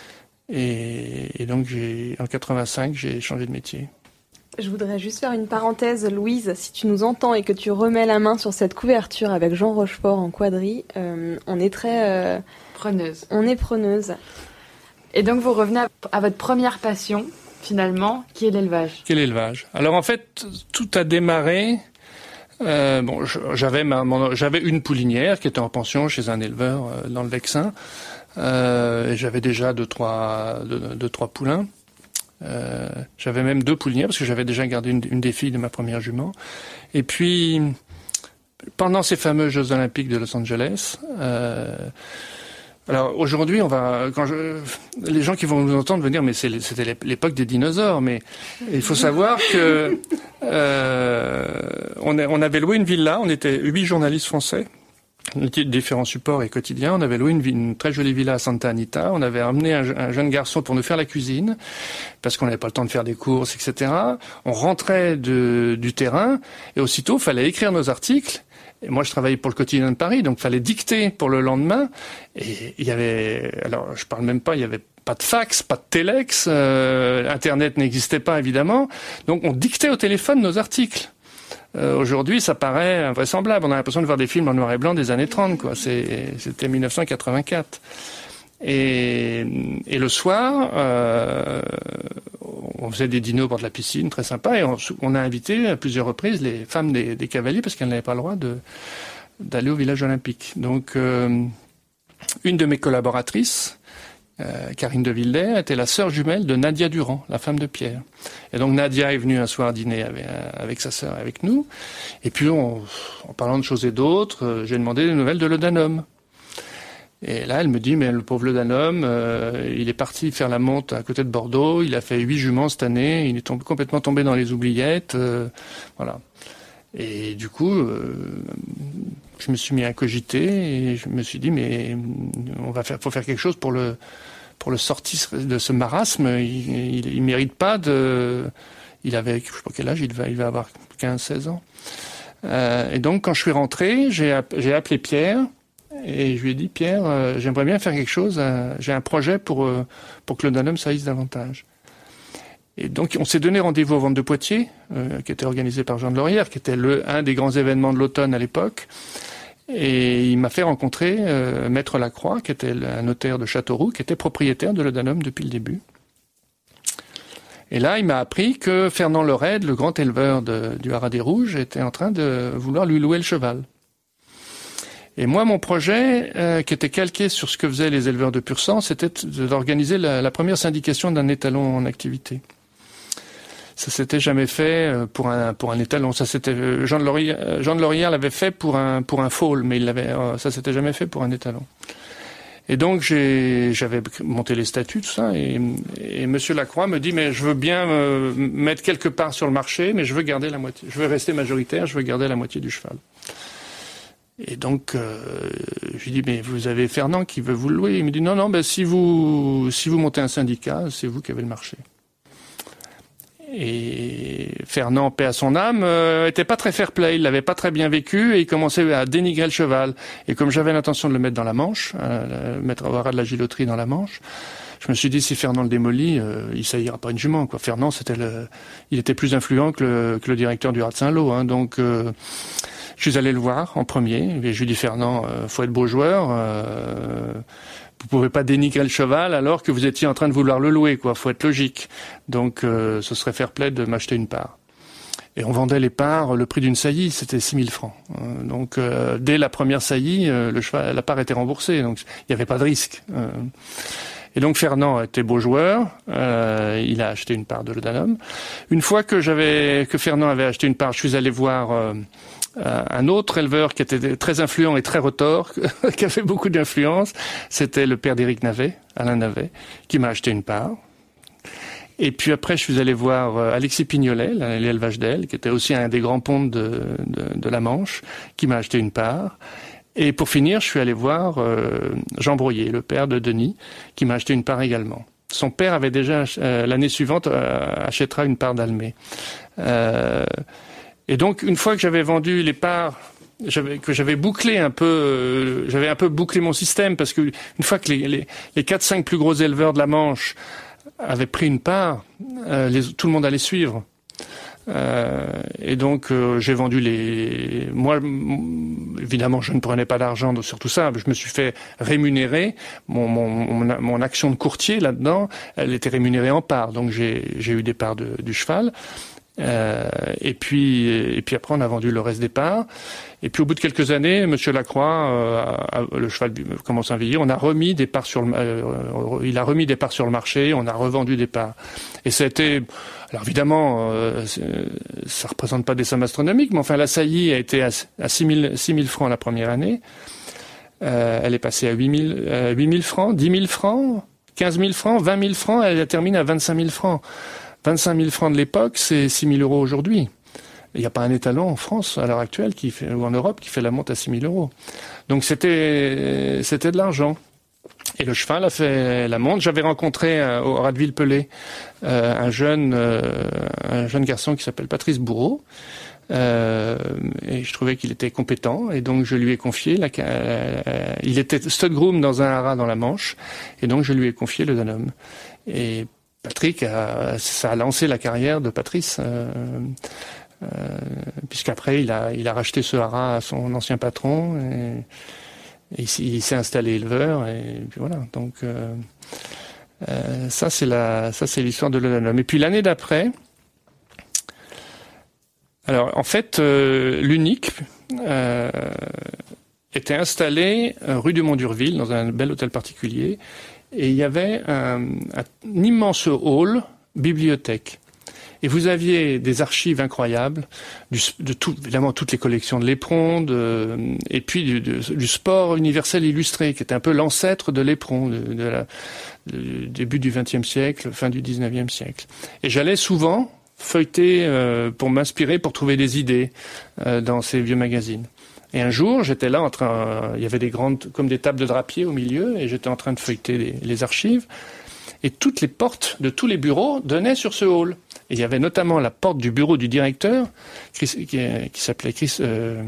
Et, et donc j'ai, en quatre-vingt-cinq, j'ai changé de métier. Je voudrais juste faire une parenthèse, Louise, si tu nous entends et que tu remets la main sur cette couverture avec Jean Rochefort en quadrille, euh, on est très... Euh, preneuse. On est preneuse. Et donc vous revenez à, à votre première passion, finalement, qui est l'élevage. Qui est l'élevage. Alors en fait, tout a démarré... Euh, bon, j'avais ma, mon, j'avais une poulinière qui était en pension chez un éleveur euh, dans le Vexin. Euh, et j'avais déjà deux trois deux, deux trois poulains. Euh, j'avais même deux poulinières parce que j'avais déjà gardé une, une des filles de ma première jument. Et puis pendant ces fameux Jeux Olympiques de Los Angeles. Euh, Alors aujourd'hui, on va, quand je, les gens qui vont nous entendre vont dire, mais c'est, c'était l'époque des dinosaures. Mais il faut savoir que euh, on, a, on avait loué une villa. On était huit journalistes français. différents supports et quotidiens. On avait loué une, une très jolie villa à Santa Anita. On avait ramené un, un jeune garçon pour nous faire la cuisine, parce qu'on n'avait pas le temps de faire des courses, et cetera. On rentrait de, du terrain, et aussitôt, il fallait écrire nos articles. Et moi, je travaillais pour le quotidien de Paris, donc il fallait dicter pour le lendemain. Et il y avait, alors je parle même pas, il y avait pas de fax, pas de téléx, euh, Internet n'existait pas évidemment. Donc on dictait au téléphone nos articles. Euh, aujourd'hui, ça paraît invraisemblable. On a l'impression de voir des films en noir et blanc des années trente, quoi. C'est, c'était mille neuf cent quatre-vingt-quatre. Et, et le soir, euh, on faisait des dîners au bord de la piscine, très sympa, et on, on a invité à plusieurs reprises les femmes des, des cavaliers parce qu'elles n'avaient pas le droit de, d'aller au village olympique. Donc, euh, une de mes collaboratrices, Euh, Karine de Wilder, était la sœur jumelle de Nadia Durand, la femme de Pierre. Et donc Nadia est venue un soir dîner avec, avec sa sœur, avec nous. Et puis, on, en parlant de choses et d'autres, euh, j'ai demandé des nouvelles de Lodanum. Et là, elle me dit, mais le pauvre Lodanum, euh, il est parti faire la monte à côté de Bordeaux, il a fait huit juments cette année, il est tombé, complètement tombé dans les oubliettes, euh, voilà. Et du coup, euh, je me suis mis à cogiter et je me suis dit, mais on va faire, faut faire quelque chose pour le, pour le sortir de ce marasme. Il, il, il mérite pas de, il avait, je sais pas quel âge, il va, il va avoir quinze, seize ans. Euh, et donc, quand je suis rentré, j'ai, j'ai appelé Pierre et je lui ai dit, Pierre, euh, j'aimerais bien faire quelque chose. Euh, j'ai un projet pour, euh, pour que le Lodanum saillisse davantage. Et donc, on s'est donné rendez-vous au Ventre de Poitiers, euh, qui était organisé par Jean de Laurière, qui était le, un des grands événements de l'automne à l'époque. Et il m'a fait rencontrer euh, Maître Lacroix, qui était un notaire de Châteauroux, qui était propriétaire de Lodanum depuis le début. Et là, il m'a appris que Fernand Lorraide, le grand éleveur de, du Haras des Rouges, était en train de vouloir lui louer le cheval. Et moi, mon projet, euh, qui était calqué sur ce que faisaient les éleveurs de pur sang, c'était d'organiser la, la première syndication d'un étalon en activité. Ça s'était jamais fait pour un pour un étalon. Ça c'était Jean de Laurière, Jean de Laurière l'avait fait pour un pour un foal, mais il l'avait ça s'était jamais fait pour un étalon. Et donc j'ai j'avais monté les statuts, tout ça, et, et Monsieur Lacroix me dit, mais je veux bien me mettre quelque part sur le marché, mais je veux garder la moitié. Je veux rester majoritaire, je veux garder la moitié du cheval. Et donc euh, je lui dis, mais vous avez Fernand qui veut vous le louer. Il me dit, non non, ben si vous si vous montez un syndicat, c'est vous qui avez le marché. Et Fernand, paix à son âme, euh, était pas très fair-play, il l'avait pas très bien vécu et il commençait à dénigrer le cheval. Et comme j'avais l'intention de le mettre dans la Manche, euh, mettre au haras de la Giloterie dans la Manche, je me suis dit, si Fernand le démolit, euh, il saillira pas une jument, quoi. Fernand, c'était le, il était plus influent que le, que le directeur du Haras de Saint-Lô, hein. Donc, euh, je suis allé le voir en premier et je lui ai dit, Fernand, euh, faut être beau joueur, euh, vous pouvez pas dénigrer le cheval alors que vous étiez en train de vouloir le louer, quoi. Faut être logique. Donc, euh, ce serait fair play de m'acheter une part. Et on vendait les parts, le prix d'une saillie, c'était six mille francs. Euh, donc, euh, dès la première saillie, euh, le cheval, la part était remboursée. Donc, il n'y avait pas de risque. Euh, et donc, Fernand était beau joueur. Euh, il a acheté une part de Lodanum. Une fois que j'avais, que Fernand avait acheté une part, je suis allé voir, euh, un autre éleveur qui était très influent et très retors, qui avait beaucoup d'influence, c'était le père d'Éric Navet, Alain Navet, qui m'a acheté une part. Et puis après, je suis allé voir Alexis Pignolet, l'élevage d'Aile, qui était aussi un des grands pontes de, de, de la Manche, qui m'a acheté une part. Et pour finir, je suis allé voir euh, Jean Broyer, le père de Denis, qui m'a acheté une part également. Son père avait déjà, euh, l'année suivante, euh, achètera une part d'Almé. Euh, Et donc, une fois que j'avais vendu les parts, j'avais, que j'avais bouclé un peu, euh, j'avais un peu bouclé mon système, parce que une fois que les, les, les quatre cinq plus gros éleveurs de la Manche avaient pris une part, euh, les, tout le monde allait suivre. Euh, et donc, euh, j'ai vendu les... Moi, évidemment, je ne prenais pas d'argent sur tout ça. Je me suis fait rémunérer. Mon, mon, mon, mon action de courtier, là-dedans, elle était rémunérée en parts. Donc, j'ai, j'ai eu des parts de, du cheval. Euh, et puis, et puis après, on a vendu le reste des parts. Et puis, au bout de quelques années, Monsieur Lacroix, euh, a, le cheval commence à vieillir. On a remis des parts sur le, euh, il a remis des parts sur le marché. On a revendu des parts. Et ça a été, alors évidemment, euh, ça représente pas des sommes astronomiques, mais enfin, la saillie a été à, à six mille francs la première année. Euh, elle est passée à huit mille, euh, huit mille francs, dix mille francs, quinze mille francs, vingt mille francs. Elle termine à vingt-cinq mille francs. vingt-cinq mille francs de l'époque, c'est six mille euros aujourd'hui. Il n'y a pas un étalon en France, à l'heure actuelle, qui fait, ou en Europe, qui fait la monte à six mille euros. Donc c'était, c'était de l'argent. Et le cheval a fait la monte. J'avais rencontré euh, au Radeville-Pelé euh, un jeune, euh, un jeune garçon qui s'appelle Patrice Bourreau. Euh, et je trouvais qu'il était compétent. Et donc je lui ai confié, la, euh, il était stud groom dans un haras dans la Manche. Et donc je lui ai confié le Danum. Et Patrick, a, ça a lancé la carrière de Patrice. Euh, Euh, puisqu'après il a il a racheté ce haras à son ancien patron et, et il, il s'est installé éleveur et puis voilà. Donc euh, euh, ça c'est la ça c'est l'histoire de l'Odanum. Et puis l'année d'après, alors en fait euh, l'Unique euh, était installé rue du Mont-d'Urville dans un bel hôtel particulier et il y avait un, un immense hall bibliothèque. Et vous aviez des archives incroyables, du, de tout, évidemment toutes les collections de l'éperon, de, et puis du, du, du sport universel illustré, qui était un peu l'ancêtre de l'éperon, de, de la, du début du vingtième siècle, fin du dix-neuvième siècle. Et j'allais souvent feuilleter euh, pour m'inspirer, pour trouver des idées euh, dans ces vieux magazines. Et un jour, j'étais là en train, euh, il y avait des grandes, comme des tables de drapier au milieu, et j'étais en train de feuilleter les, les archives. Et toutes les portes de tous les bureaux donnaient sur ce hall. Et il y avait notamment la porte du bureau du directeur, Chris, qui, qui s'appelait Chris... Euh,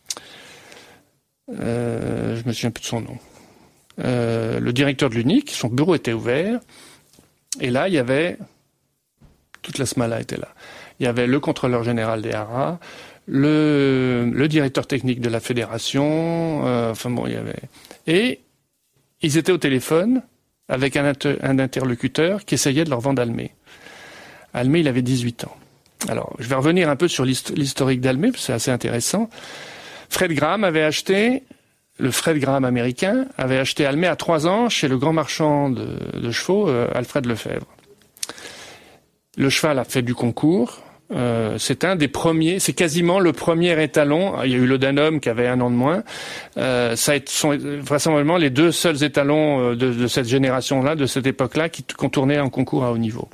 euh, je me souviens plus de son nom. Euh, le directeur de l'Unique, son bureau était ouvert. Et là, il y avait... Toute la Smala était là. Il y avait le contrôleur général des haras, le, le directeur technique de la fédération, euh, enfin bon, il y avait... Et ils étaient au téléphone avec un, inter- un interlocuteur qui essayait de leur vendre Almé. Almé, il avait dix-huit ans. Alors, je vais revenir un peu sur l'hist- l'historique d'Almé, parce que c'est assez intéressant. Fred Graham avait acheté, le Fred Graham américain, avait acheté Almé à trois ans chez le grand marchand de, de chevaux, euh, Alfred Lefebvre. Le cheval a fait du concours. Euh, c'est un des premiers, c'est quasiment le premier étalon. Il y a eu l'Odanum qui avait un an de moins. Euh, ça sont vraisemblablement les deux seuls étalons de, de cette génération-là, de cette époque-là, qui contournaient en concours à haut niveau.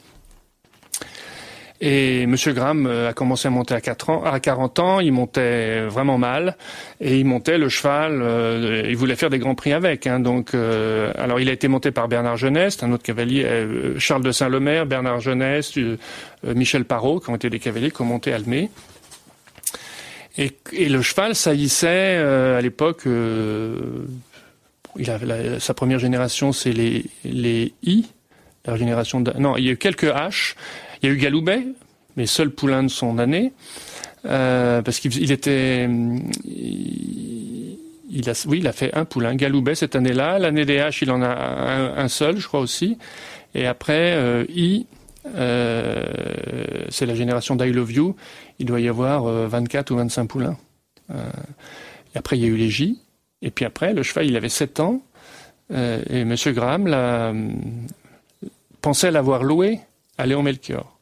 Et Monsieur Graham a commencé à monter à quatre ans, à quarante ans, il montait vraiment mal, et il montait le cheval, euh, il voulait faire des grands prix avec, hein, donc, euh, alors il a été monté par Bernard Jeunesse, un autre cavalier, euh, Charles de Saint-Lemaire, Bernard Jeunesse, euh, Michel Parrot, qui ont été des cavaliers qui ont monté Almé. Et, et le cheval saillissait, euh, à l'époque, euh, il avait la, sa première génération, c'est les, les I, la génération de, non, il y a eu quelques H. Il y a eu Galoubet, mais seul poulain de son année, euh, parce qu'il il était, il, il a, oui, il a fait un poulain, Galoubet cette année-là. L'année des H, il en a un, un seul, je crois aussi. Et après, euh, I, euh, c'est la génération d'I Love You. Il doit y avoir euh, vingt-quatre ou vingt-cinq poulains. Euh, et après, il y a eu les J. Et puis après, le cheval, il avait sept ans. Euh, et Monsieur Graham l'a, pensait l'avoir loué à Léon Melchior.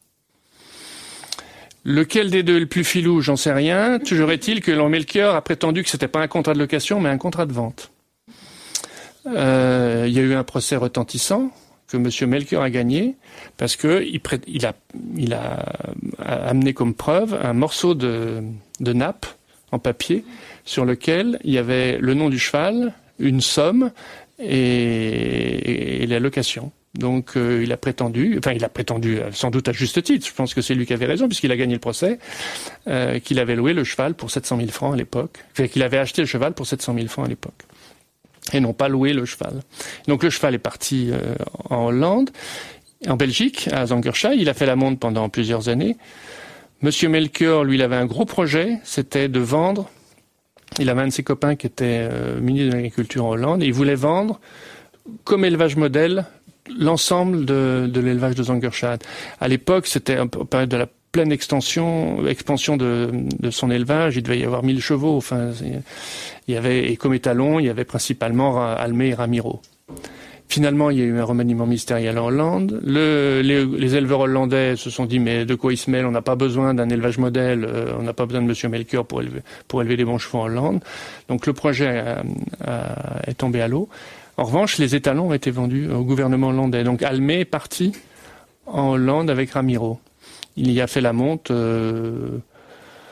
Lequel des deux est le plus filou, j'en sais rien. Toujours est-il que Léon Melchior a prétendu que c'était pas un contrat de location, mais un contrat de vente. Euh, il y a eu un procès retentissant que Monsieur Melchior a gagné parce que il, pré- il, a, il a amené comme preuve un morceau de, de nappe en papier sur lequel il y avait le nom du cheval, une somme et, et, et la location. Donc euh, il a prétendu, enfin il a prétendu euh, sans doute à juste titre, je pense que c'est lui qui avait raison puisqu'il a gagné le procès, euh, qu'il avait loué le cheval pour sept cent mille francs à l'époque, enfin, qu'il avait acheté le cheval pour sept cent mille francs à l'époque, et non pas loué le cheval. Donc le cheval est parti euh, en Hollande, en Belgique, à Zangersheim, il a fait la monte pendant plusieurs années. Monsieur Melchior, lui, il avait un gros projet, c'était de vendre, il avait un de ses copains qui était euh, ministre de l'Agriculture en Hollande, et il voulait vendre comme élevage modèle l'ensemble de, de l'élevage de Zangersheim. À l'époque, c'était en période de la pleine extension, expansion de, de son élevage. Il devait y avoir mille chevaux. Enfin, il y avait, et comme étalon, il y avait principalement Almé et Ramiro. Finalement, il y a eu un remaniement ministériel en Hollande. Le, les, les éleveurs hollandais se sont dit, mais de quoi ils se mêlent? On n'a pas besoin d'un élevage modèle, euh, on n'a pas besoin de Monsieur Melchior pour élever, pour élever des bons chevaux en Hollande. Donc le projet a, a, est tombé à l'eau. En revanche, les étalons ont été vendus au gouvernement hollandais. Donc Almé est parti en Hollande avec Ramiro. Il y a fait la monte euh,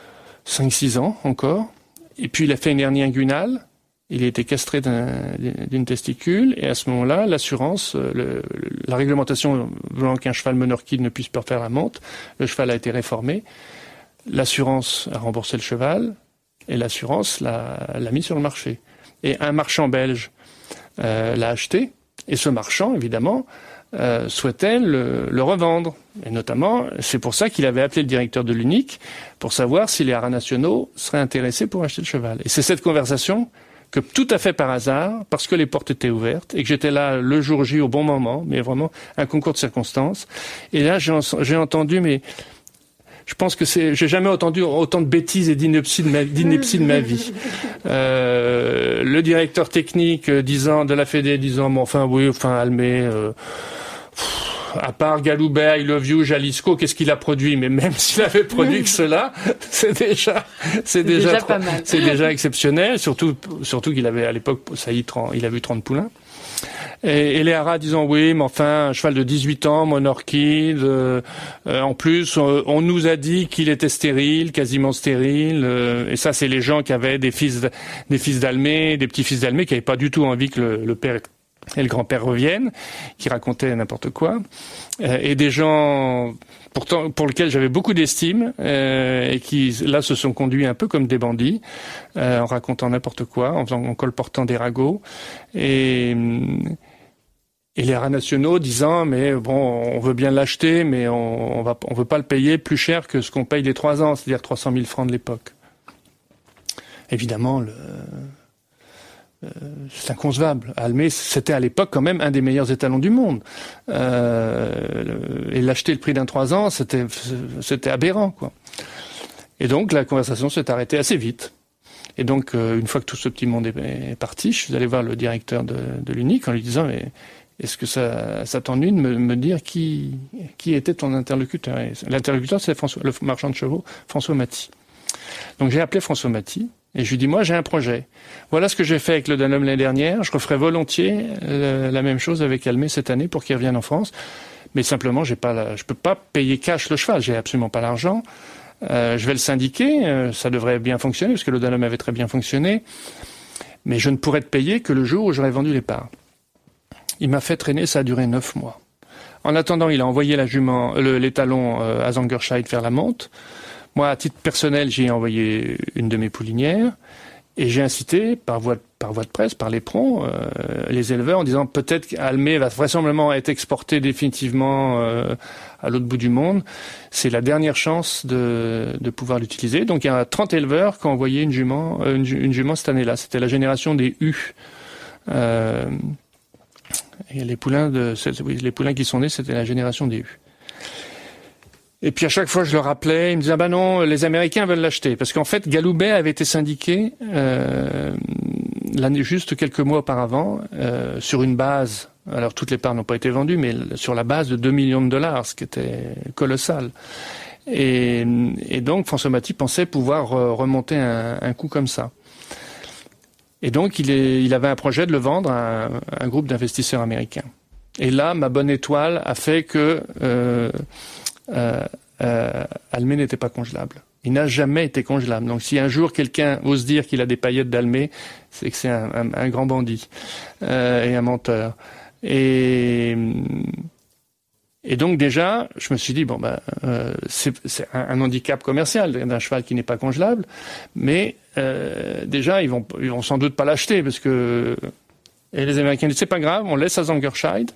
cinq six ans encore. Et puis il a fait une hernie inguinale. Il a été castré d'un, d'une testicule. Et à ce moment-là, l'assurance, le, la réglementation voulant qu'un cheval monorquide ne puisse pas faire la monte, le cheval a été réformé. L'assurance a remboursé le cheval et l'assurance l'a, l'a mis sur le marché. Et un marchand belge euh, l'a acheté. Et ce marchand, évidemment, Euh, souhaitait le, le revendre. Et notamment, c'est pour ça qu'il avait appelé le directeur de l'Unique pour savoir si les haras nationaux seraient intéressés pour acheter le cheval. Et c'est cette conversation que, tout à fait par hasard, parce que les portes étaient ouvertes et que j'étais là le jour J au bon moment, mais vraiment un concours de circonstances. Et là, j'ai, j'ai entendu, mais je pense que c'est, j'ai jamais entendu autant de bêtises et d'inepties de ma, d'inepties de ma vie. Euh, le directeur technique disant, de la Fédé disant, bon, enfin, oui, enfin, Almé, euh, pff, à part Galoubet, I Love You, Jalisco, qu'est-ce qu'il a produit? Mais même s'il avait produit que cela, c'est déjà, c'est, c'est déjà, déjà pas mal. C'est déjà exceptionnel, surtout, surtout qu'il avait, à l'époque, ça y, il avait eu trente poulains. Et, et les haras disant oui, mais enfin, un cheval de dix-huit ans, monorquide, euh, euh, en plus, on, on nous a dit qu'il était stérile, quasiment stérile, euh, et ça, c'est les gens qui avaient des fils, des fils d'Almé, des petits-fils d'Almé, qui n'avaient pas du tout envie que le, le père et le grand-père reviennent, qui racontaient n'importe quoi, euh, et des gens pourtant pour lesquels j'avais beaucoup d'estime, euh, et qui là se sont conduits un peu comme des bandits, euh, en racontant n'importe quoi, en faisant, en colportant des ragots, et et les haras nationaux disant mais bon, on veut bien l'acheter, mais on, on va on veut pas le payer plus cher que ce qu'on paye des trois ans, c'est-à-dire trois cent mille francs de l'époque. Évidemment, le Euh, c'est inconcevable. Almé, c'était à l'époque quand même un des meilleurs étalons du monde. Euh, et l'acheter le prix d'un trois ans, c'était, c'était aberrant, quoi. Et donc, la conversation s'est arrêtée assez vite. Et donc, euh, une fois que tout ce petit monde est, est parti, je suis allé voir le directeur de, de l'Unique en lui disant, mais est-ce que ça, ça t'ennuie de me, me dire qui, qui était ton interlocuteur? Et l'interlocuteur, c'est François, le marchand de chevaux, François Maty. Donc, j'ai appelé François Maty. Et je lui dis, moi, j'ai un projet. Voilà ce que j'ai fait avec le Dunlop l'année dernière. Je referai volontiers euh, la même chose avec Almé cette année pour qu'il revienne en France. Mais simplement, j'ai pas la, je peux pas payer cash le cheval. J'ai absolument pas l'argent. Euh, je vais le syndiquer. Euh, ça devrait bien fonctionner parce que le Dunlop avait très bien fonctionné. Mais je ne pourrais te payer que le jour où j'aurais vendu les parts. Il m'a fait traîner. Ça a duré neuf mois. En attendant, il a envoyé la jument, le, l'étalon euh, à Zangerscheid faire la monte. Moi, à titre personnel, j'ai envoyé une de mes poulinières et j'ai incité, par voie, par voie de presse, par l'éperon, euh, les éleveurs en disant peut-être qu'Almé va vraisemblablement être exporté définitivement euh, à l'autre bout du monde. C'est la dernière chance de, de pouvoir l'utiliser. Donc, il y a trente éleveurs qui ont envoyé une jument, euh, une, une jument cette année-là. C'était la génération des U. Euh, et les poulains, de, oui, les poulains qui sont nés, c'était la génération des U. Et puis à chaque fois je le rappelais, il me disait ah ben non, les Américains veulent l'acheter parce qu'en fait Galoubet avait été syndiqué euh, l'année juste quelques mois auparavant euh, sur une base. Alors toutes les parts n'ont pas été vendues, mais sur la base de deux millions de dollars, ce qui était colossal. Et, et donc François Maty pensait pouvoir remonter un, un coup comme ça. Et donc il, est, il avait un projet de le vendre à un, un groupe d'investisseurs américains. Et là, ma bonne étoile a fait que euh, Euh, euh, Almé n'était pas congelable. Il n'a jamais été congelable. Donc si un jour quelqu'un ose dire qu'il a des paillettes d'Almé, c'est que c'est un, un, un grand bandit euh, et un menteur. Et, et donc déjà, je me suis dit bon ben euh, c'est, c'est un, un handicap commercial d'un cheval qui n'est pas congelable, mais euh, déjà ils vont ils vont sans doute pas l'acheter parce que et les Américains disent c'est pas grave, on laisse à Zangerscheid.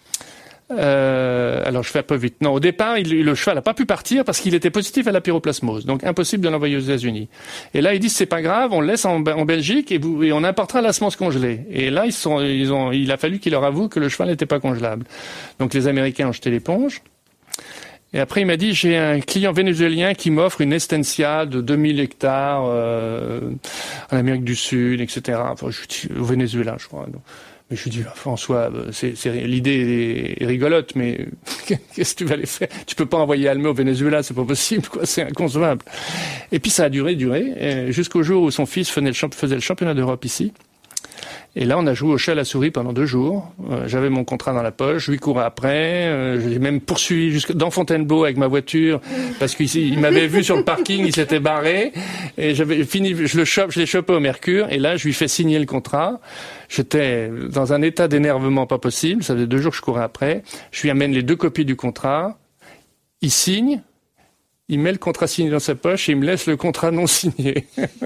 Euh, alors je fais un peu vite. Non, au départ, il, le cheval n'a pas pu partir parce qu'il était positif à la pyroplasmose, donc impossible de l'envoyer aux États-Unis. Et là, ils disent c'est pas grave, on le laisse en, en Belgique et, vous, et on importera la semence congelée. Et là, ils sont, ils ont, il a fallu qu'il leur avoue que le cheval n'était pas congelable. Donc les Américains ont jeté l'éponge. Et après, il m'a dit j'ai un client vénézuélien qui m'offre une estencia de deux mille hectares euh, en Amérique du Sud, et cetera. Enfin, je dis, au Venezuela, je crois. Donc, mais je lui dis, François, c'est, c'est, l'idée est rigolote, mais qu'est-ce que tu vas aller faire? Tu peux pas envoyer Almé au Venezuela, c'est pas possible, quoi, c'est inconcevable. Et puis ça a duré, duré, jusqu'au jour où son fils faisait le championnat d'Europe ici. Et là, on a joué au chat à la souris pendant deux jours. Euh, j'avais mon contrat dans la poche, je lui courais après. Euh, je l'ai même poursuivi jusque dans Fontainebleau avec ma voiture parce qu'il il m'avait vu sur le parking, il s'était barré. Et j'avais fini, je le chope, je l'ai chopé au Mercure. Et là, je lui fais signer le contrat. J'étais dans un état d'énervement pas possible. Ça faisait deux jours que je courais après. Je lui amène les deux copies du contrat. Il signe. Il met le contrat signé dans sa poche et il me laisse le contrat non signé.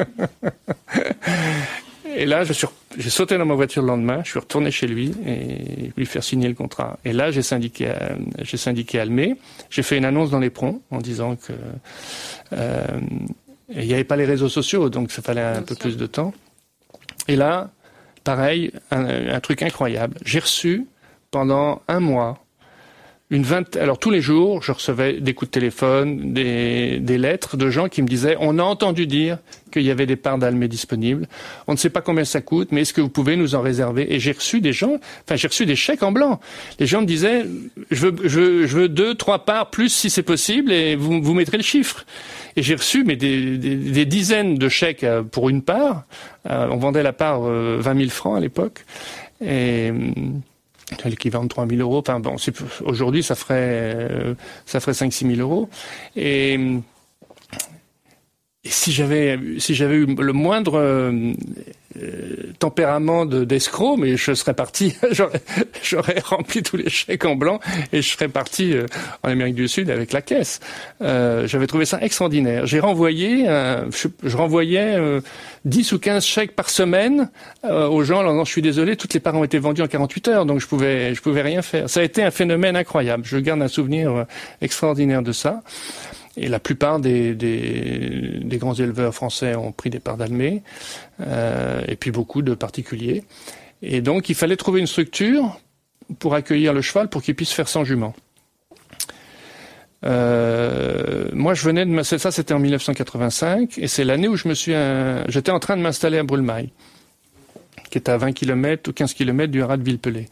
Et là, je suis, j'ai sauté dans ma voiture le lendemain, je suis retourné chez lui et lui faire signer le contrat. Et là, j'ai syndiqué, à, j'ai syndiqué à Almé. J'ai fait une annonce dans l'éperon en disant que euh, il n'y avait pas les réseaux sociaux, donc ça fallait un Bien peu sûr. plus de temps. Et là, pareil, un, un truc incroyable. J'ai reçu pendant un mois une vingtaine. Alors tous les jours, je recevais des coups de téléphone, des, des lettres de gens qui me disaient « On a entendu dire qu'il y avait des parts d'Almé disponibles. On ne sait pas combien ça coûte, mais est-ce que vous pouvez nous en réserver ?» Et j'ai reçu des gens, enfin j'ai reçu des chèques en blanc. Les gens me disaient « Je veux, je veux, je veux deux, trois parts plus si c'est possible, et vous, vous mettrez le chiffre. » Et j'ai reçu mais des, des, des dizaines de chèques pour une part. Euh, on vendait la part euh, vingt mille francs à l'époque. Et l'équivalent de trois mille euros. Enfin bon, c'est, aujourd'hui, ça ferait, euh, ça ferait cinq six mille euros. Et, et si j'avais, si j'avais eu le moindre euh, tempérament de, d'escroc, mais je serais parti, j'aurais, j'aurais rempli tous les chèques en blanc et je serais parti euh, en Amérique du Sud avec la caisse. Euh, j'avais trouvé ça extraordinaire. J'ai renvoyé, euh, je, je renvoyais euh, dix ou quinze chèques par semaine euh, aux gens en leur disant « Je suis désolé, toutes les parts ont été vendues en quarante-huit heures, donc je pouvais, je pouvais rien faire. » Ça a été un phénomène incroyable. Je garde un souvenir euh, extraordinaire de ça. Et la plupart des, des, des grands éleveurs français ont pris des parts d'Almé, euh, et puis beaucoup de particuliers. Et donc, il fallait trouver une structure pour accueillir le cheval pour qu'il puisse faire sans jument. Euh, moi, je venais de me... ça, c'était en mille neuf cent quatre-vingt-cinq, et c'est l'année où je me suis, un... j'étais en train de m'installer à Brulmaille, qui est à vingt kilomètres ou quinze kilomètres du haras de Villepelé.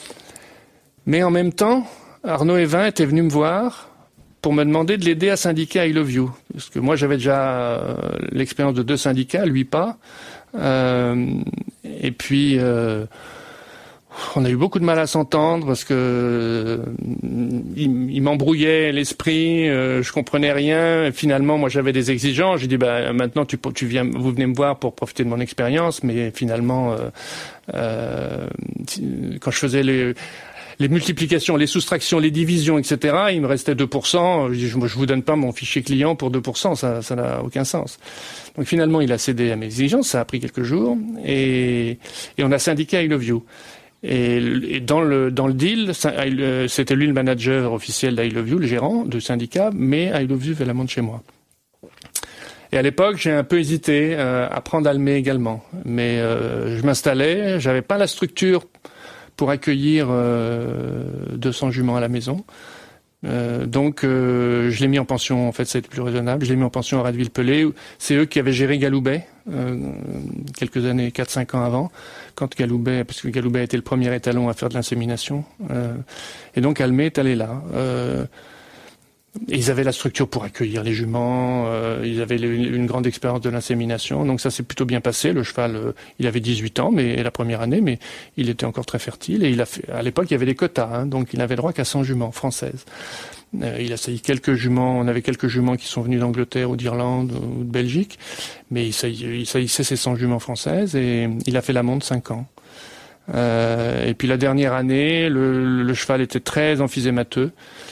Mais en même temps, Arnaud Evin était venu me voir pour me demander de l'aider à syndiquer I Love You. Parce que moi, j'avais déjà euh, l'expérience de deux syndicats, lui pas. Euh, et puis, euh, on a eu beaucoup de mal à s'entendre parce que euh, il, il m'embrouillait l'esprit, euh, je comprenais rien. Et finalement, moi, j'avais des exigences. J'ai dit, bah, maintenant, tu, tu viens, vous venez me voir pour profiter de mon expérience. Mais finalement, euh, euh, quand je faisais les... les multiplications, les soustractions, les divisions, et cetera, il me restait deux pour cent. Je dis, je, je vous donne pas mon fichier client pour deux pour cent, ça, ça n'a aucun sens. Donc finalement, il a cédé à mes exigences, ça a pris quelques jours, et, et on a syndiqué I Love You. Et, et dans le dans le deal, c'était lui le manager officiel d'I Love You, le gérant du syndicat, mais I Love You avait la main de chez moi. Et à l'époque, j'ai un peu hésité euh, à prendre Almé également, mais euh, je m'installais, j'avais pas la structure pour accueillir euh, deux cents juments à la maison. Euh, donc, euh, je l'ai mis en pension, en fait, c'est plus raisonnable. Je l'ai mis en pension à Haras de Villepelé. C'est eux qui avaient géré Galoubet, euh, quelques années, quatre cinq ans avant, quand Galoubet, parce que Galoubet était le premier étalon à faire de l'insémination. Euh, et donc, Almé est allé là. Euh, Et ils avaient la structure pour accueillir les juments, euh, ils avaient une, une grande expérience de l'insémination, donc ça s'est plutôt bien passé. Le cheval, euh, il avait dix-huit ans, mais la première année, mais il était encore très fertile. Et il a fait, à l'époque, il y avait des quotas, hein, donc il n'avait droit qu'à cent juments françaises. Euh, il a sailli quelques juments, on avait quelques juments qui sont venus d'Angleterre ou d'Irlande ou de Belgique, mais il, saillit, il saillissait ses cent juments françaises et il a fait la monte cinq ans. Euh, et puis la dernière année, le, le cheval était très emphysémateux.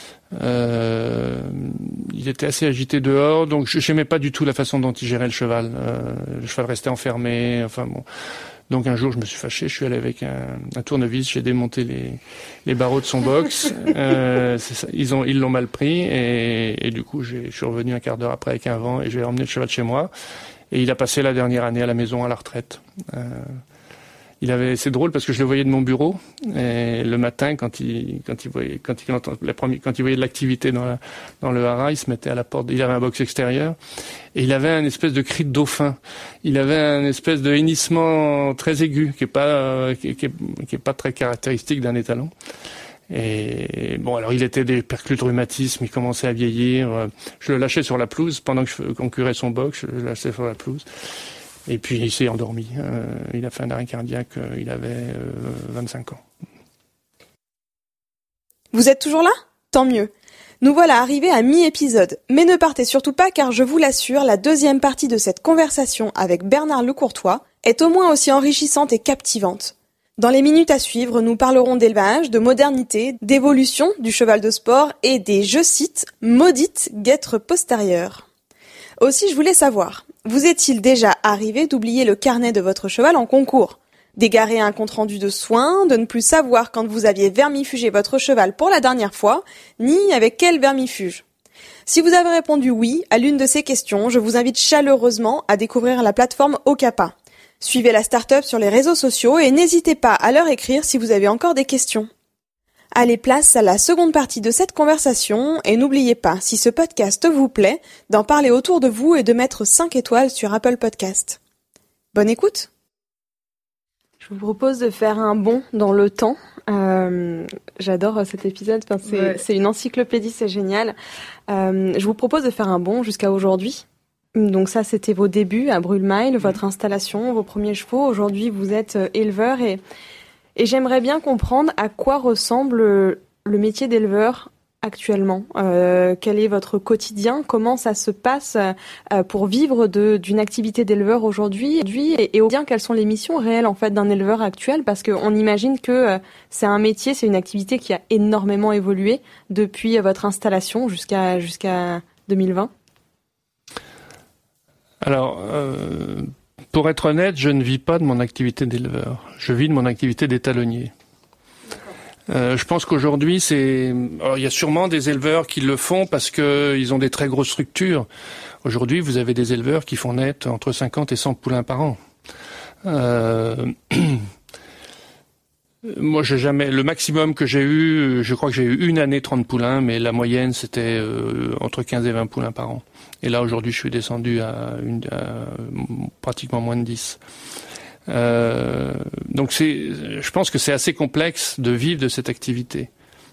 Euh, il était assez agité dehors, donc je n'aimais pas du tout la façon dont il gérait le cheval. Euh, le cheval restait enfermé, enfin bon. Donc un jour, je me suis fâché, je suis allé avec un, un tournevis, j'ai démonté les, les barreaux de son box. euh, c'est ça, ils ont, ils l'ont mal pris et, et du coup, j'ai, je suis revenu un quart d'heure après avec un vent et j'ai emmené le cheval chez moi. Et il a passé la dernière année à la maison à la retraite. Euh, Il avait, c'est drôle parce que je le voyais de mon bureau et le matin quand il quand il voyait quand il entend la première quand il voyait de l'activité dans la dans le haras, il se mettait à la porte. Il avait un box extérieur et il avait un espèce de cri de dauphin. Il avait un espèce de hennissement très aigu qui est pas euh, qui, qui, est, qui est pas très caractéristique d'un étalon. Et bon, alors il était des perclus de rhumatisme, il commençait à vieillir. Je le lâchais sur la pelouse pendant que je concurais son box, je le lâchais sur la pelouse. Et puis il s'est endormi. Euh, il a fait un arrêt cardiaque, euh, il avait euh, vingt-cinq ans. Vous êtes toujours là ? Tant mieux. Nous voilà arrivés à mi-épisode. Mais ne partez surtout pas car je vous l'assure, la deuxième partie de cette conversation avec Bernard Lecourtois est au moins aussi enrichissante et captivante. Dans les minutes à suivre, nous parlerons d'élevage, de modernité, d'évolution du cheval de sport et des, je cite, maudites guêtres postérieures. Aussi, je voulais savoir, vous est-il déjà arrivé d'oublier le carnet de votre cheval en concours ? D'égarer un compte-rendu de soins, de ne plus savoir quand vous aviez vermifugé votre cheval pour la dernière fois, ni avec quel vermifuge ? Si vous avez répondu oui à l'une de ces questions, je vous invite chaleureusement à découvrir la plateforme Okapa. Suivez la start-up sur les réseaux sociaux et n'hésitez pas à leur écrire si vous avez encore des questions. Allez, place à la seconde partie de cette conversation et n'oubliez pas, si ce podcast vous plaît, d'en parler autour de vous et de mettre cinq étoiles sur Apple Podcast. Bonne écoute! Je vous propose de faire un bond dans le temps. Euh, j'adore cet épisode, enfin, c'est, ouais. c'est une encyclopédie, c'est génial. Euh, je vous propose de faire un bond jusqu'à aujourd'hui. Donc ça, c'était vos débuts à Brûle-Maille, votre installation, vos premiers chevaux. Aujourd'hui, vous êtes éleveur et, et j'aimerais bien comprendre à quoi ressemble le métier d'éleveur actuellement. Euh, quel est votre quotidien ? Comment ça se passe euh, pour vivre de, d'une activité d'éleveur aujourd'hui ? Et, et au bien, quelles sont les missions réelles en fait d'un éleveur actuel ? Parce qu'on imagine que euh, c'est un métier, c'est une activité qui a énormément évolué depuis votre installation jusqu'à, jusqu'à deux mille vingt. Alors, euh, pour être honnête, je ne vis pas de mon activité d'éleveur. Je vis de mon activité d'étalonnier. Euh, je pense qu'aujourd'hui, c'est, alors, il y a sûrement des éleveurs qui le font parce que ils ont des très grosses structures. Aujourd'hui, vous avez des éleveurs qui font naître entre cinquante et cent poulains par an. Euh, moi, j'ai jamais, le maximum que j'ai eu, je crois que j'ai eu une année trente poulains, mais la moyenne c'était euh, entre quinze et vingt poulains par an. Et là, aujourd'hui, je suis descendu à, une, à pratiquement moins de dix. Euh, donc c'est, je pense que c'est assez complexe de vivre de cette activité.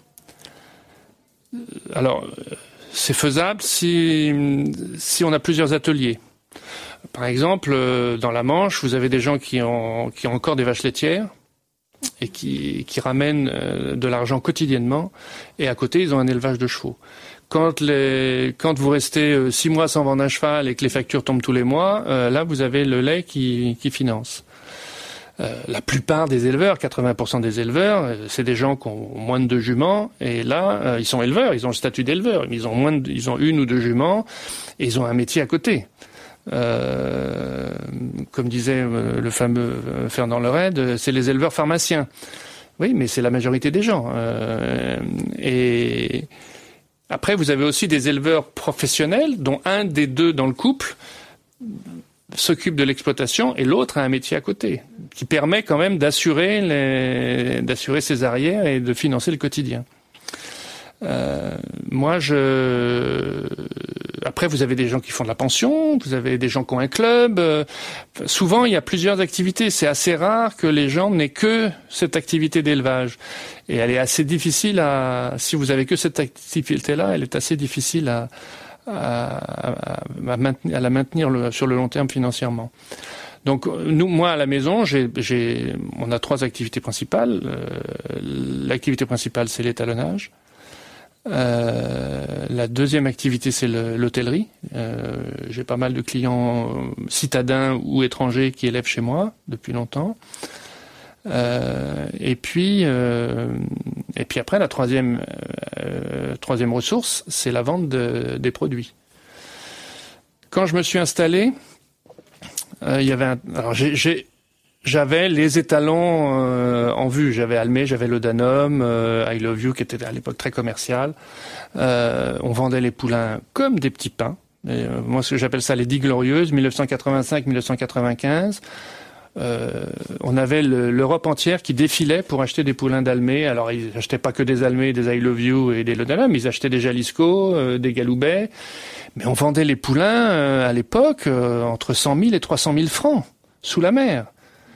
Alors, c'est faisable si, si on a plusieurs ateliers. Par exemple, dans la Manche, vous avez des gens qui ont, qui ont encore des vaches laitières et qui, qui ramènent de l'argent quotidiennement, et à côté, ils ont un élevage de chevaux. Quand, les, quand vous restez six mois sans vendre un cheval et que les factures tombent tous les mois, euh, là, vous avez le lait qui, qui finance. Euh, la plupart des éleveurs, quatre-vingts pour cent des éleveurs, euh, c'est des gens qui ont moins de deux juments, et là, euh, ils sont éleveurs, ils ont le statut d'éleveur, ils ont moins de, ils ont une ou deux juments, et ils ont un métier à côté. Euh, comme disait euh, le fameux euh, Fernand Lered, c'est les éleveurs pharmaciens. Oui, mais c'est la majorité des gens. Euh, et après, vous avez aussi des éleveurs professionnels, dont un des deux dans le couple s'occupe de l'exploitation et l'autre a un métier à côté, qui permet quand même d'assurer les, d'assurer ses arrières et de financer le quotidien. Euh, moi, je. Après, vous avez des gens qui font de la pension, vous avez des gens qui ont un club. Euh, souvent, il y a plusieurs activités. C'est assez rare que les gens n'aient que cette activité d'élevage. Et elle est assez difficile à. Si vous avez que cette activité-là, elle est assez difficile à. À, à, à, maintenir, à la maintenir le, sur le long terme financièrement. Donc nous, moi à la maison, j'ai, j'ai, on a trois activités principales. Euh, l'activité principale, c'est l'étalonnage. Euh, la deuxième activité, c'est le, l'hôtellerie. Euh, j'ai pas mal de clients citadins ou étrangers qui élèvent chez moi depuis longtemps. Euh, et puis, euh, et puis après, la troisième, euh, troisième ressource, c'est la vente de, des produits. Quand je me suis installé, euh, il y avait un, alors j'ai, j'ai, j'avais les étalons euh, en vue. J'avais Almé, j'avais le Danone, euh, I Love You, qui était à l'époque très commercial. Euh, on vendait les poulains comme des petits pains. Et, euh, moi, ce que j'appelle ça les dix glorieuses, dix-neuf cent quatre-vingt-cinq dix-neuf cent quatre-vingt-quinze. Euh, on avait le, l'Europe entière qui défilait pour acheter des poulains d'Almé. Alors ils n'achetaient pas que des Almé, des I Love You et des Lodanum, ils achetaient des Jalisco, euh, des Galoubet. Mais on vendait les poulains euh, à l'époque euh, entre cent mille et trois cent mille francs sous la mer.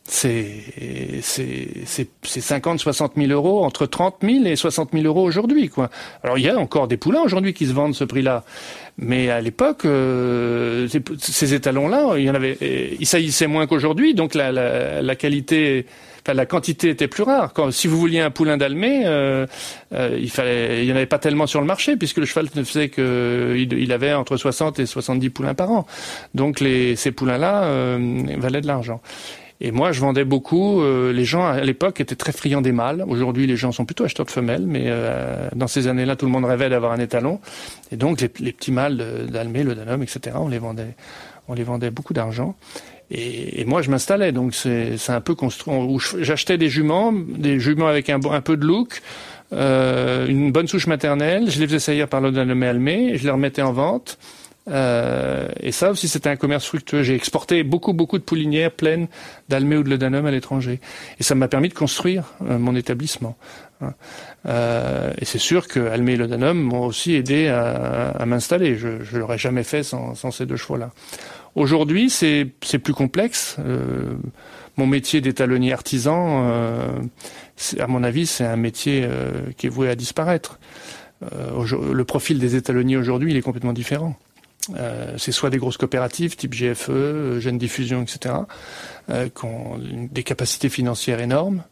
c'est, c'est, c'est, c'est cinquante, soixante mille euros, entre trente mille et soixante mille euros aujourd'hui, quoi. Alors, il y a encore des poulains aujourd'hui qui se vendent ce prix-là. Mais à l'époque, euh, ces, ces étalons-là, il y en avait, ils saillissaient moins qu'aujourd'hui, donc la, la, la qualité, enfin, la quantité était plus rare. Quand, si vous vouliez un poulain d'Almé, euh, euh, il fallait, il y en avait pas tellement sur le marché, puisque le cheval ne faisait que, il, il avait entre soixante et soixante-dix poulains par an. Donc les, ces poulains-là euh, valaient de l'argent. Et moi, je vendais beaucoup. Euh, les gens, à l'époque, étaient très friands des mâles. Aujourd'hui, les gens sont plutôt acheteurs de femelles. Mais euh, dans ces années-là, tout le monde rêvait d'avoir un étalon. Et donc, les, les petits mâles d'Almé, le Danom, et cetera, on les vendait, on les vendait beaucoup d'argent. Et, et moi, je m'installais. Donc, c'est, c'est un peu construit. Où j'achetais des juments, des juments avec un, un peu de look, euh, une bonne souche maternelle. Je les faisais saillir par le Danom Almé. Je les remettais en vente. Euh, et ça aussi, c'était un commerce fructueux. J'ai exporté beaucoup, beaucoup de poulinières pleines d'Almé ou de Le Danom à l'étranger. Et ça m'a permis de construire euh, mon établissement. Hein. Euh, et c'est sûr que Almé et Le Danom m'ont aussi aidé à, à m'installer. Je ne l'aurais jamais fait sans, sans ces deux chevaux-là. Aujourd'hui, c'est, c'est plus complexe. Euh, mon métier d'étalonnier artisan, euh, c'est, à mon avis, c'est un métier euh, qui est voué à disparaître. Euh, le profil des étalonniers aujourd'hui, il est complètement différent. Euh, c'est soit des grosses coopératives type G F E, Gène Diffusion, et cetera, euh, qui ont des capacités financières énormes.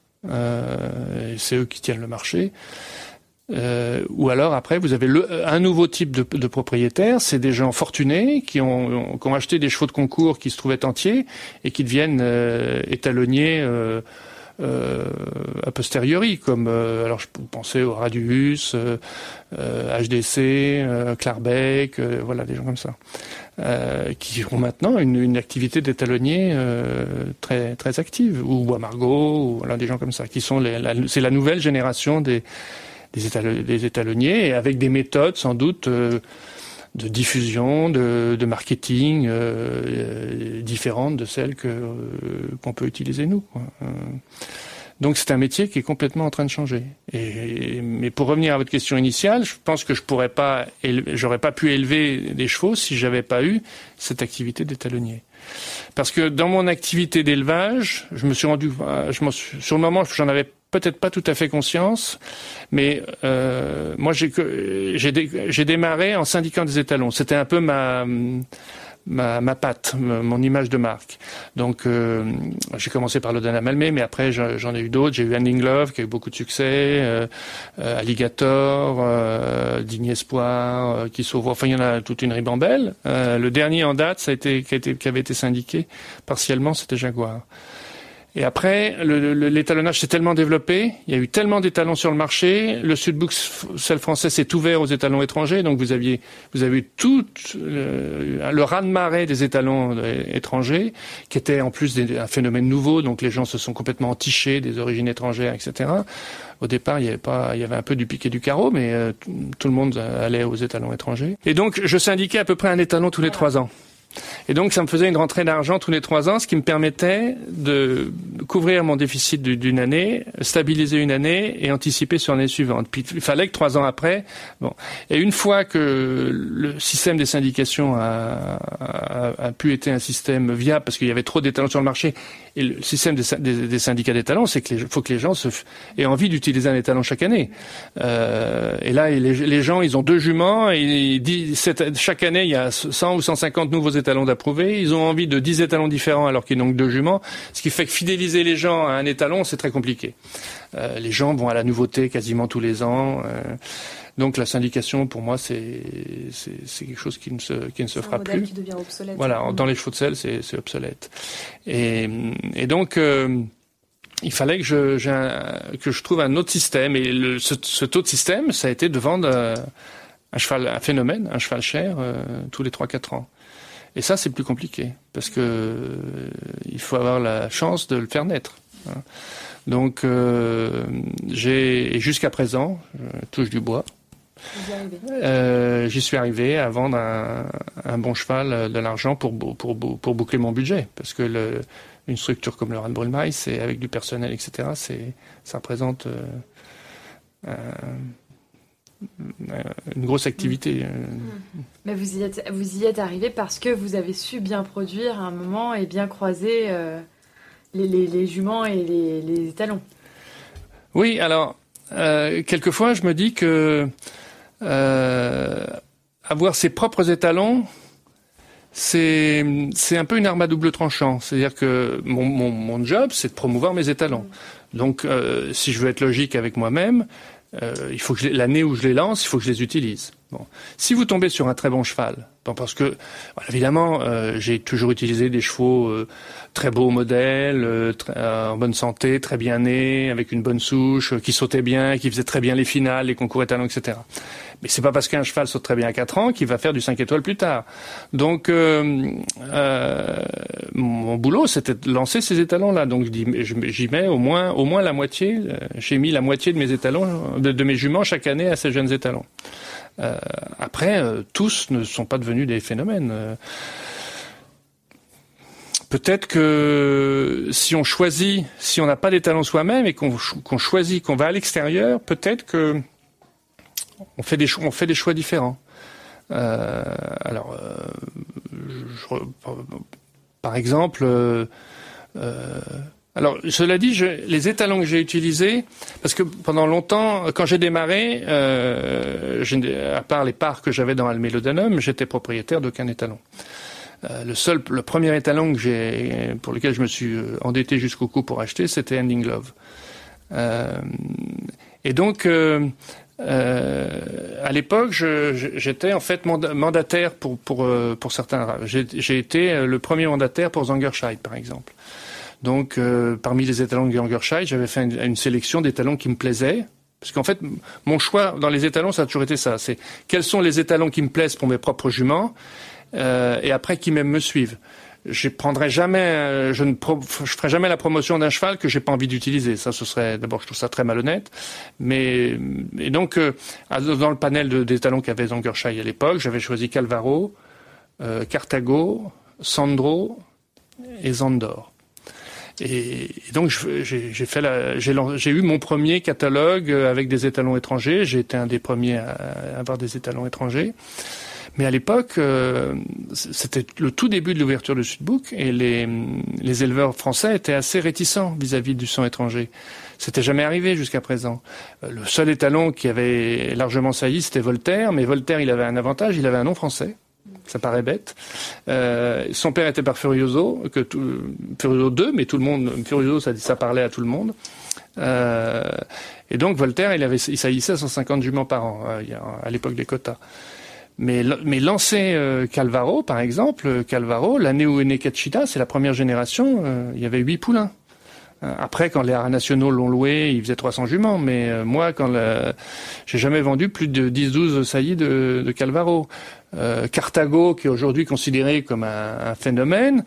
Euh, et c'est eux qui tiennent le marché. Euh, ou alors après, vous avez le, un nouveau type de, de propriétaires. C'est des gens fortunés qui ont, qui ont acheté des chevaux de concours qui se trouvaient entiers et qui deviennent euh, étalonniers. Euh, Euh, a posteriori, comme euh, alors je pensais au Radius, euh, euh, H D C, euh, Clarbeck, euh, voilà des gens comme ça, euh, qui ont maintenant une, une activité d'étalonnier euh, très très active, ou Bois Margot, ou voilà des gens comme ça, qui sont les, la, c'est la nouvelle génération des des, étalo- des étalonniers, et avec des méthodes sans doute euh, de diffusion, de, de marketing euh, euh, différentes de celles que euh, qu'on peut utiliser nous, quoi. Euh, donc c'est un métier qui est complètement en train de changer. Et, mais pour revenir à votre question initiale, je pense que je pourrais pas, élever, j'aurais pas pu élever des chevaux si j'avais pas eu cette activité d'étalonnier. Parce que dans mon activité d'élevage, je me suis rendu, je m'en suis, sur le moment, j'en avais peut-être pas tout à fait conscience, mais euh, moi j'ai, j'ai, j'ai démarré en syndiquant des étalons. C'était un peu ma ma, ma patte, mon image de marque. Donc euh, j'ai commencé par le Danom Almé, mais après j'en ai eu d'autres. J'ai eu Handing Love qui a eu beaucoup de succès, euh, euh, Alligator, euh, Digne Espoir, euh, qui s'ouvre. Enfin il y en a toute une ribambelle. Euh, le dernier en date, ça a été qui, a été, qui avait été syndiqué partiellement, c'était Jaguar. Et après, le, le, l'étalonnage s'est tellement développé, il y a eu tellement d'étalons sur le marché, le Sudbouc Selle français s'est ouvert aux étalons étrangers, donc vous aviez, vous avez eu tout le, le raz-de-marée des étalons étrangers, qui était en plus des, un phénomène nouveau, donc les gens se sont complètement entichés des origines étrangères, et cetera. Au départ, il y avait pas, il y avait un peu du piqué du carreau, mais euh, tout, tout le monde allait aux étalons étrangers. Et donc, je syndiquais à peu près un étalon tous les trois ans. Et donc, ça me faisait une rentrée d'argent tous les trois ans, ce qui me permettait de couvrir mon déficit d'une année, stabiliser une année et anticiper sur l'année suivante. Puis, il fallait que trois ans après, bon. Et une fois que le système des syndications a, a, a pu être un système viable, parce qu'il y avait trop d'étalons sur le marché, et le système des, des, des syndicats d'étalons, c'est qu'il faut que les gens se, aient envie d'utiliser un étalon chaque année. Euh, et là, les, les gens, ils ont deux juments, et ils disent, chaque année, il y a cent ou cent cinquante nouveaux étalons d'approuvés. Ils ont envie de dix étalons différents alors qu'ils n'ont que deux juments. Ce qui fait que fidéliser les gens à un étalon, c'est très compliqué. Euh, les gens vont à la nouveauté quasiment tous les ans. Euh, donc la syndication, pour moi, c'est, c'est, c'est quelque chose qui ne se, qui ne se fera plus. C'est un modèle qui devient obsolète. Voilà, dans les chevaux de selle, c'est, c'est obsolète. Et, et donc... Euh, il fallait que je, j'ai un, que je trouve un autre système. Et le, ce, cet autre système, ça a été de vendre euh, un cheval, un phénomène, un cheval cher, euh, tous les trois quatre ans. Et ça, c'est plus compliqué, parce que euh, il faut avoir la chance de le faire naître. Hein. Donc, euh, j'ai, et jusqu'à présent, je touche du bois. Euh, j'y suis arrivé à vendre un, un bon cheval, de l'argent pour, pour, pour boucler mon budget, parce que le, une structure comme le Ranbrulmaï, c'est avec du personnel, et cetera. C'est, ça représente euh, un, une grosse activité. Mmh. Mais vous y êtes, vous y êtes arrivé parce que vous avez su bien produire à un moment et bien croiser euh, les, les, les juments et les, les étalons. Oui, alors, euh, quelquefois, je me dis que euh, avoir ses propres étalons, c'est, c'est un peu une arme à double tranchant. C'est-à-dire que mon, mon, mon job, c'est de promouvoir mes étalons. Donc, euh, si je veux être logique avec moi-même, euh, il faut que je les, l'année où je les lance, il faut que je les utilise. Bon. Si vous tombez sur un très bon cheval, bon, parce que, voilà, évidemment, euh, j'ai toujours utilisé des chevaux euh, très beaux modèles, euh, très, euh, en bonne santé, très bien nés, avec une bonne souche, euh, qui sautaient bien, qui faisaient très bien les finales, les concours étalons, et cetera. Mais c'est pas parce qu'un cheval saute très bien à quatre ans qu'il va faire du cinq étoiles plus tard. Donc, euh, euh, mon boulot, c'était de lancer ces étalons-là. Donc, j'y mets au moins, au moins la moitié. Euh, j'ai mis la moitié de mes étalons, de, de mes juments chaque année à ces jeunes étalons. Euh, après, euh, tous ne sont pas devenus des phénomènes. Euh, peut-être que si on choisit, si on n'a pas d'étalons soi-même et qu'on, qu'on choisit, qu'on va à l'extérieur, peut-être que on fait des choix, on fait des choix différents. Euh, alors, euh, je, par exemple, euh, euh, alors cela dit, je, les étalons que j'ai utilisés, parce que pendant longtemps, quand j'ai démarré, euh, à part les parts que j'avais dans Almélodanum, j'étais propriétaire d'aucun étalon. Euh, le seul, le premier étalon que j'ai, pour lequel je me suis endetté jusqu'au cou pour acheter, c'était Ending Love. Euh, et donc, euh, euh, à l'époque, je, j'étais en fait mandataire pour pour pour certains. J'ai, j'ai été le premier mandataire pour Zangersheide, par exemple. Donc, euh, parmi les étalons de Zangersheide, j'avais fait une, une sélection d'étalons qui me plaisaient. Parce qu'en fait, mon choix dans les étalons, ça a toujours été ça. C'est quels sont les étalons qui me plaisent pour mes propres juments, euh, et après qui même me suivent. Je prendrai jamais, je ne pro, je ferai jamais la promotion d'un cheval que j'ai pas envie d'utiliser. Ça, ce serait, d'abord, je trouve ça très malhonnête. Mais, et donc, euh, dans le panel de, des talons qu'avait Zangersheide à l'époque, j'avais choisi Calvaro, euh, Cartago, Sandro et Zandor. Et, et donc, je, j'ai, j'ai fait la, j'ai, j'ai eu mon premier catalogue avec des étalons étrangers. J'ai été un des premiers à, à avoir des étalons étrangers. Mais à l'époque, euh, c'était le tout début de l'ouverture de Sudbook et les, les éleveurs français étaient assez réticents vis-à-vis du sang étranger. C'était jamais arrivé jusqu'à présent. Le seul étalon qui avait largement sailli, c'était Voltaire, mais Voltaire, il avait un avantage, il avait un nom français. Ça paraît bête. Euh, son père était par Furioso, que tout, Furioso deux, mais tout le monde, Furioso, ça, ça parlait à tout le monde. Euh, et donc Voltaire, il avait, il saillissait à cent cinquante juments par an, euh, à l'époque des quotas. Mais, mais lancer euh, Calvaro, par exemple, Calvaro, l'année où est né Cachita, c'est la première génération, euh, il y avait huit poulains. Après, quand les haras nationaux l'ont loué, il faisait trois cents juments. Mais euh, moi, quand le... j'ai jamais vendu plus de dix douze saillies de, de Calvaro. Euh, Cartago, qui est aujourd'hui considéré comme un, un phénomène,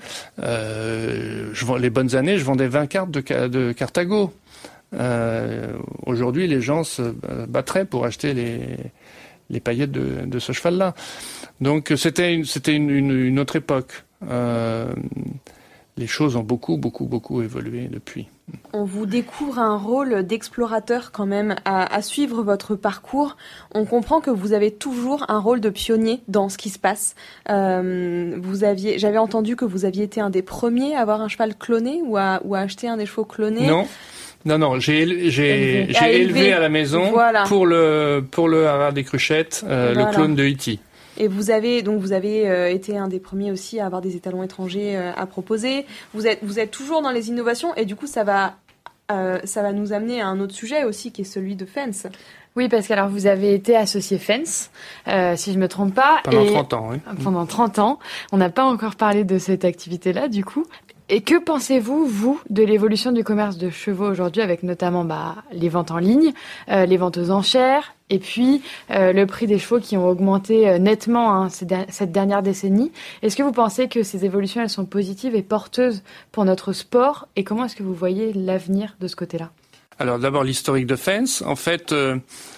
euh, je, les bonnes années, je vendais vingt cartes de, de Cartago. Euh, aujourd'hui, les gens se battraient pour acheter les... les paillettes de, de ce cheval-là. Donc c'était une, c'était une, une, une autre époque. Euh, les choses ont beaucoup, beaucoup, beaucoup évolué depuis. On vous découvre un rôle d'explorateur quand même à, à suivre votre parcours. On comprend que vous avez toujours un rôle de pionnier dans ce qui se passe. Euh, vous aviez, j'avais entendu que vous aviez été un des premiers à avoir un cheval cloné ou à, ou à acheter un des chevaux clonés. Non. Non, non, j'ai, j'ai, élevé. j'ai Ah, élevé élevé à la maison voilà. pour le, pour le haras des Cruchettes, euh, voilà. Le clone de Iti. Et vous avez, donc vous avez euh, été un des premiers aussi à avoir des étalons étrangers euh, à proposer. Vous êtes, vous êtes toujours dans les innovations et du coup, ça va, euh, ça va nous amener à un autre sujet aussi qui est celui de Fence. Oui, parce que alors vous avez été associé Fence, euh, si je me trompe pas. Pendant et trente ans, oui. Pendant trente ans. On n'a pas encore parlé de cette activité-là, du coup. Et que pensez-vous, vous, de l'évolution du commerce de chevaux aujourd'hui, avec notamment bah, les ventes en ligne, euh, les ventes aux enchères, et puis euh, le prix des chevaux qui ont augmenté euh, nettement hein, ces de- cette dernière décennie. Est-ce que vous pensez que ces évolutions, elles sont positives et porteuses pour notre sport? Et comment est-ce que vous voyez l'avenir de ce côté-là? Alors d'abord, l'historique de Fence. En fait... Euh...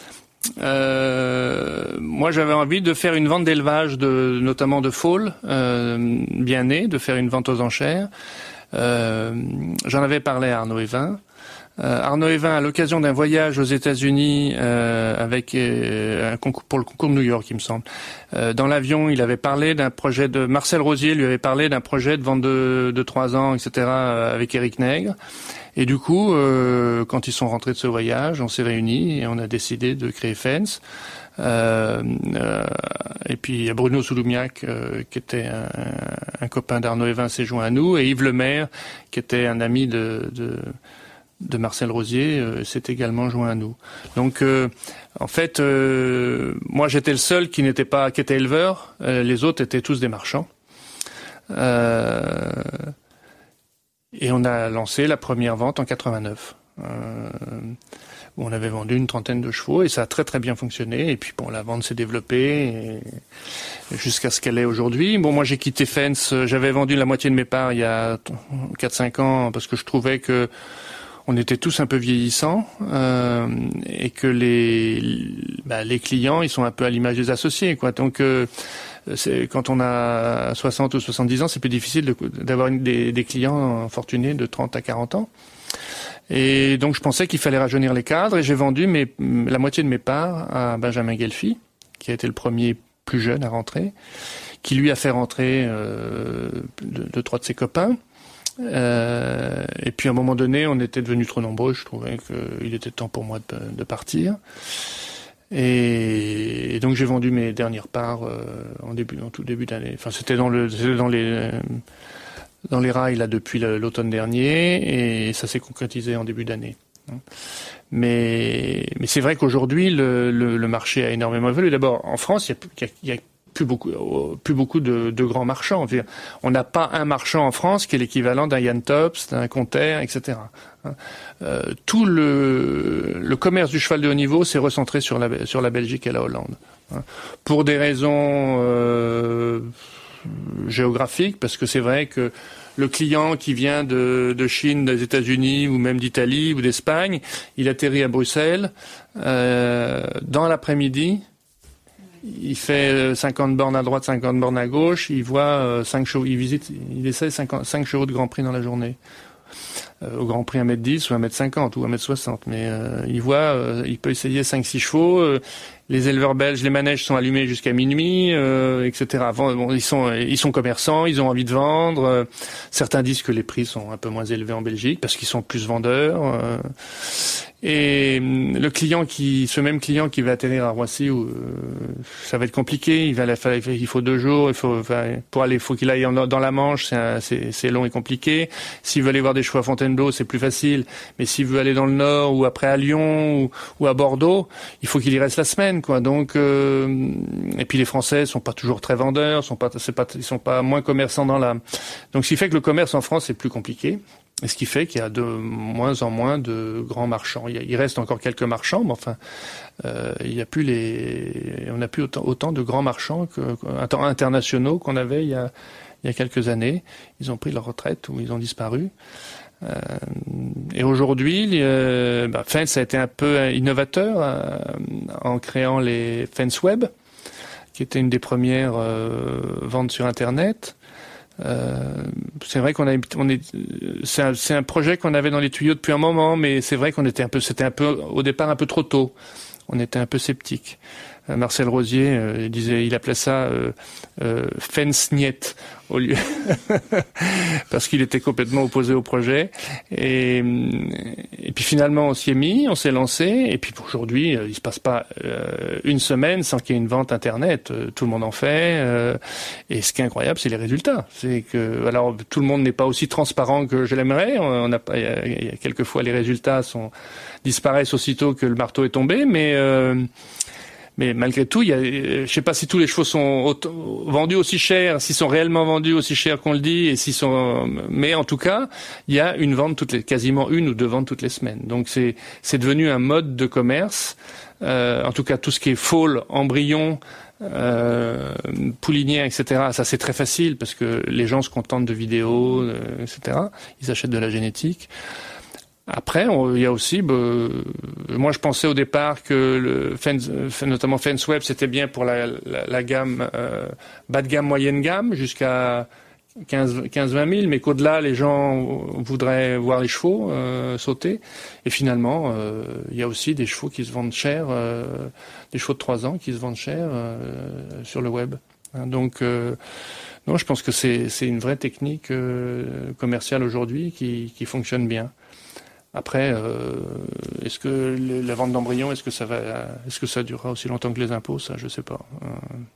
Euh, moi, j'avais envie de faire une vente d'élevage, de, notamment de foals euh, bien nés, de faire une vente aux enchères. Euh, j'en avais parlé à Arnaud Evin. Euh, Arnaud Evin, à l'occasion d'un voyage aux États-Unis euh, avec euh, un concours pour le concours de New York, il me semble. Euh, dans l'avion, il avait parlé d'un projet de Marcel Rosier lui avait parlé d'un projet de vente de, de trois ans, et cetera. Avec Éric Nègre. Et du coup, euh, quand ils sont rentrés de ce voyage, on s'est réunis et on a décidé de créer Fence. Euh, euh, et puis il y a Bruno Souloumiac euh, qui était un, un copain d'Arnaud Evin s'est joint à nous, et Yves Lemaire qui était un ami de, de de Marcel Rosier euh, s'est également joint à nous. Donc euh, en fait euh, moi j'étais le seul qui n'était pas qui était éleveur, euh, les autres étaient tous des marchands. Euh, et on a lancé la première vente en quatre-vingt-neuf. Euh, où on avait vendu une trentaine de chevaux et ça a très très bien fonctionné. Et puis bon, la vente s'est développée et jusqu'à ce qu'elle est aujourd'hui. Bon, moi j'ai quitté Fence, j'avais vendu la moitié de mes parts il y a quatre cinq ans parce que je trouvais que on était tous un peu vieillissants euh, et que les bah, les clients ils sont un peu à l'image des associés, quoi. Donc euh, c'est, quand on a soixante ou soixante-dix ans, c'est plus difficile de, d'avoir une, des, des clients fortunés de trente à quarante ans. Et donc je pensais qu'il fallait rajeunir les cadres et j'ai vendu mes, la moitié de mes parts à Benjamin Guelfi, qui a été le premier plus jeune à rentrer, qui lui a fait rentrer euh, deux, deux, trois de ses copains. Euh, et puis à un moment donné, on était devenus trop nombreux, je trouvais qu'il était temps pour moi de, de partir. Et, et donc j'ai vendu mes dernières parts euh, en début, en tout début d'année. Enfin, c'était dans le, c'était dans les... Euh, dans les rails là depuis l'automne dernier et ça s'est concrétisé en début d'année. Mais mais c'est vrai qu'aujourd'hui le, le, le marché a énormément évolué. D'abord en France, il y a, il y a plus beaucoup plus beaucoup de, de grands marchands. On n'a pas un marchand en France qui est l'équivalent d'un Yann Tops, d'un Conter, et cetera. Euh, tout le le commerce du cheval de haut niveau s'est recentré sur la sur la Belgique et la Hollande. Pour des raisons euh, géographique, parce que c'est vrai que le client qui vient de, de Chine, des États-Unis ou même d'Italie ou d'Espagne, il atterrit à Bruxelles euh, dans l'après-midi, il fait cinquante bornes à droite, cinquante bornes à gauche, il voit cinq chevaux, il visite, il essaie cinq chevaux de Grand Prix dans la journée. Euh, au Grand Prix un mètre dix ou un mètre cinquante ou un mètre soixante, mais euh, il voit, euh, il peut essayer cinq six chevaux. Euh, les éleveurs belges, les manèges sont allumés jusqu'à minuit, euh, et cetera. Bon, bon, ils sont, ils sont commerçants, ils ont envie de vendre. Euh, certains disent que les prix sont un peu moins élevés en Belgique parce qu'ils sont plus vendeurs. Euh, et le client qui, ce même client qui va atterrir à Roissy, où euh, ça va être compliqué. Il va, il faut deux jours. Il faut, enfin, pour aller, il faut qu'il aille dans la Manche. C'est, un, c'est, c'est long et compliqué. S'il veut aller voir des chevaux à Fontainebleau, c'est plus facile. Mais s'il veut aller dans le Nord ou après à Lyon ou, ou à Bordeaux, il faut qu'il y reste la semaine, quoi. Donc, euh, et puis les Français sont pas toujours très vendeurs, sont pas, c'est pas, ils sont pas moins commerçants dans la. Donc, ce qui fait que le commerce en France est plus compliqué. Et ce qui fait qu'il y a de moins en moins de grands marchands. Il, y a, il reste encore quelques marchands, mais enfin, euh, il y a plus les, on n'a plus autant, autant de grands marchands que, que, internationaux qu'on avait il y a, il y a quelques années. Ils ont pris leur retraite ou ils ont disparu. Euh, et aujourd'hui, euh, bah, Fence a été un peu innovateur euh, en créant les Fence Web, qui était une des premières euh, ventes sur Internet. Euh, c'est vrai qu'on a, on est, c'est un, c'est un projet qu'on avait dans les tuyaux depuis un moment, mais c'est vrai qu'on était un peu, c'était un peu au départ un peu trop tôt. On était un peu sceptique. Euh, Marcel Rosier, euh, il disait, il appelait ça euh, euh, Fence-niet au lieu parce qu'il était complètement opposé au projet. Et, et puis finalement, on s'y est mis, on s'est lancé. Et puis aujourd'hui, euh, il se passe pas euh, une semaine sans qu'il y ait une vente internet. Euh, tout le monde en fait. Euh, et ce qui est incroyable, c'est les résultats. C'est que, alors, tout le monde n'est pas aussi transparent que je l'aimerais. On n'a pas, il y a, il y a quelquefois les résultats sont disparaissent aussitôt que le marteau est tombé, mais euh, mais malgré tout, il y a, je sais pas si tous les chevaux sont autant, vendus aussi cher, s'ils sont réellement vendus aussi cher qu'on le dit, et s'ils sont, mais en tout cas, il y a une vente toutes les, quasiment une ou deux ventes toutes les semaines. Donc c'est, c'est devenu un mode de commerce. Euh, en tout cas, tout ce qui est foal, embryon, euh, poulinière, et cetera. Ça c'est très facile parce que les gens se contentent de vidéos, euh, et cetera. Ils achètent de la génétique. Après, il y a aussi, bah, moi je pensais au départ que le Fence, notamment Fence Web, c'était bien pour la, la, la gamme euh, bas de gamme, moyenne gamme, jusqu'à quinze vingt mille, mais qu'au-delà, les gens voudraient voir les chevaux euh, sauter. Et finalement, euh, il y a aussi des chevaux qui se vendent cher, euh, des chevaux de trois ans qui se vendent cher euh, sur le web. Hein, donc, euh, non, je pense que c'est, c'est une vraie technique euh, commerciale aujourd'hui qui, qui fonctionne bien. Après, euh, est-ce que le, la vente d'embryons, est-ce que ça va, est-ce que ça durera aussi longtemps que les impôts? Ça, je sais pas. Euh,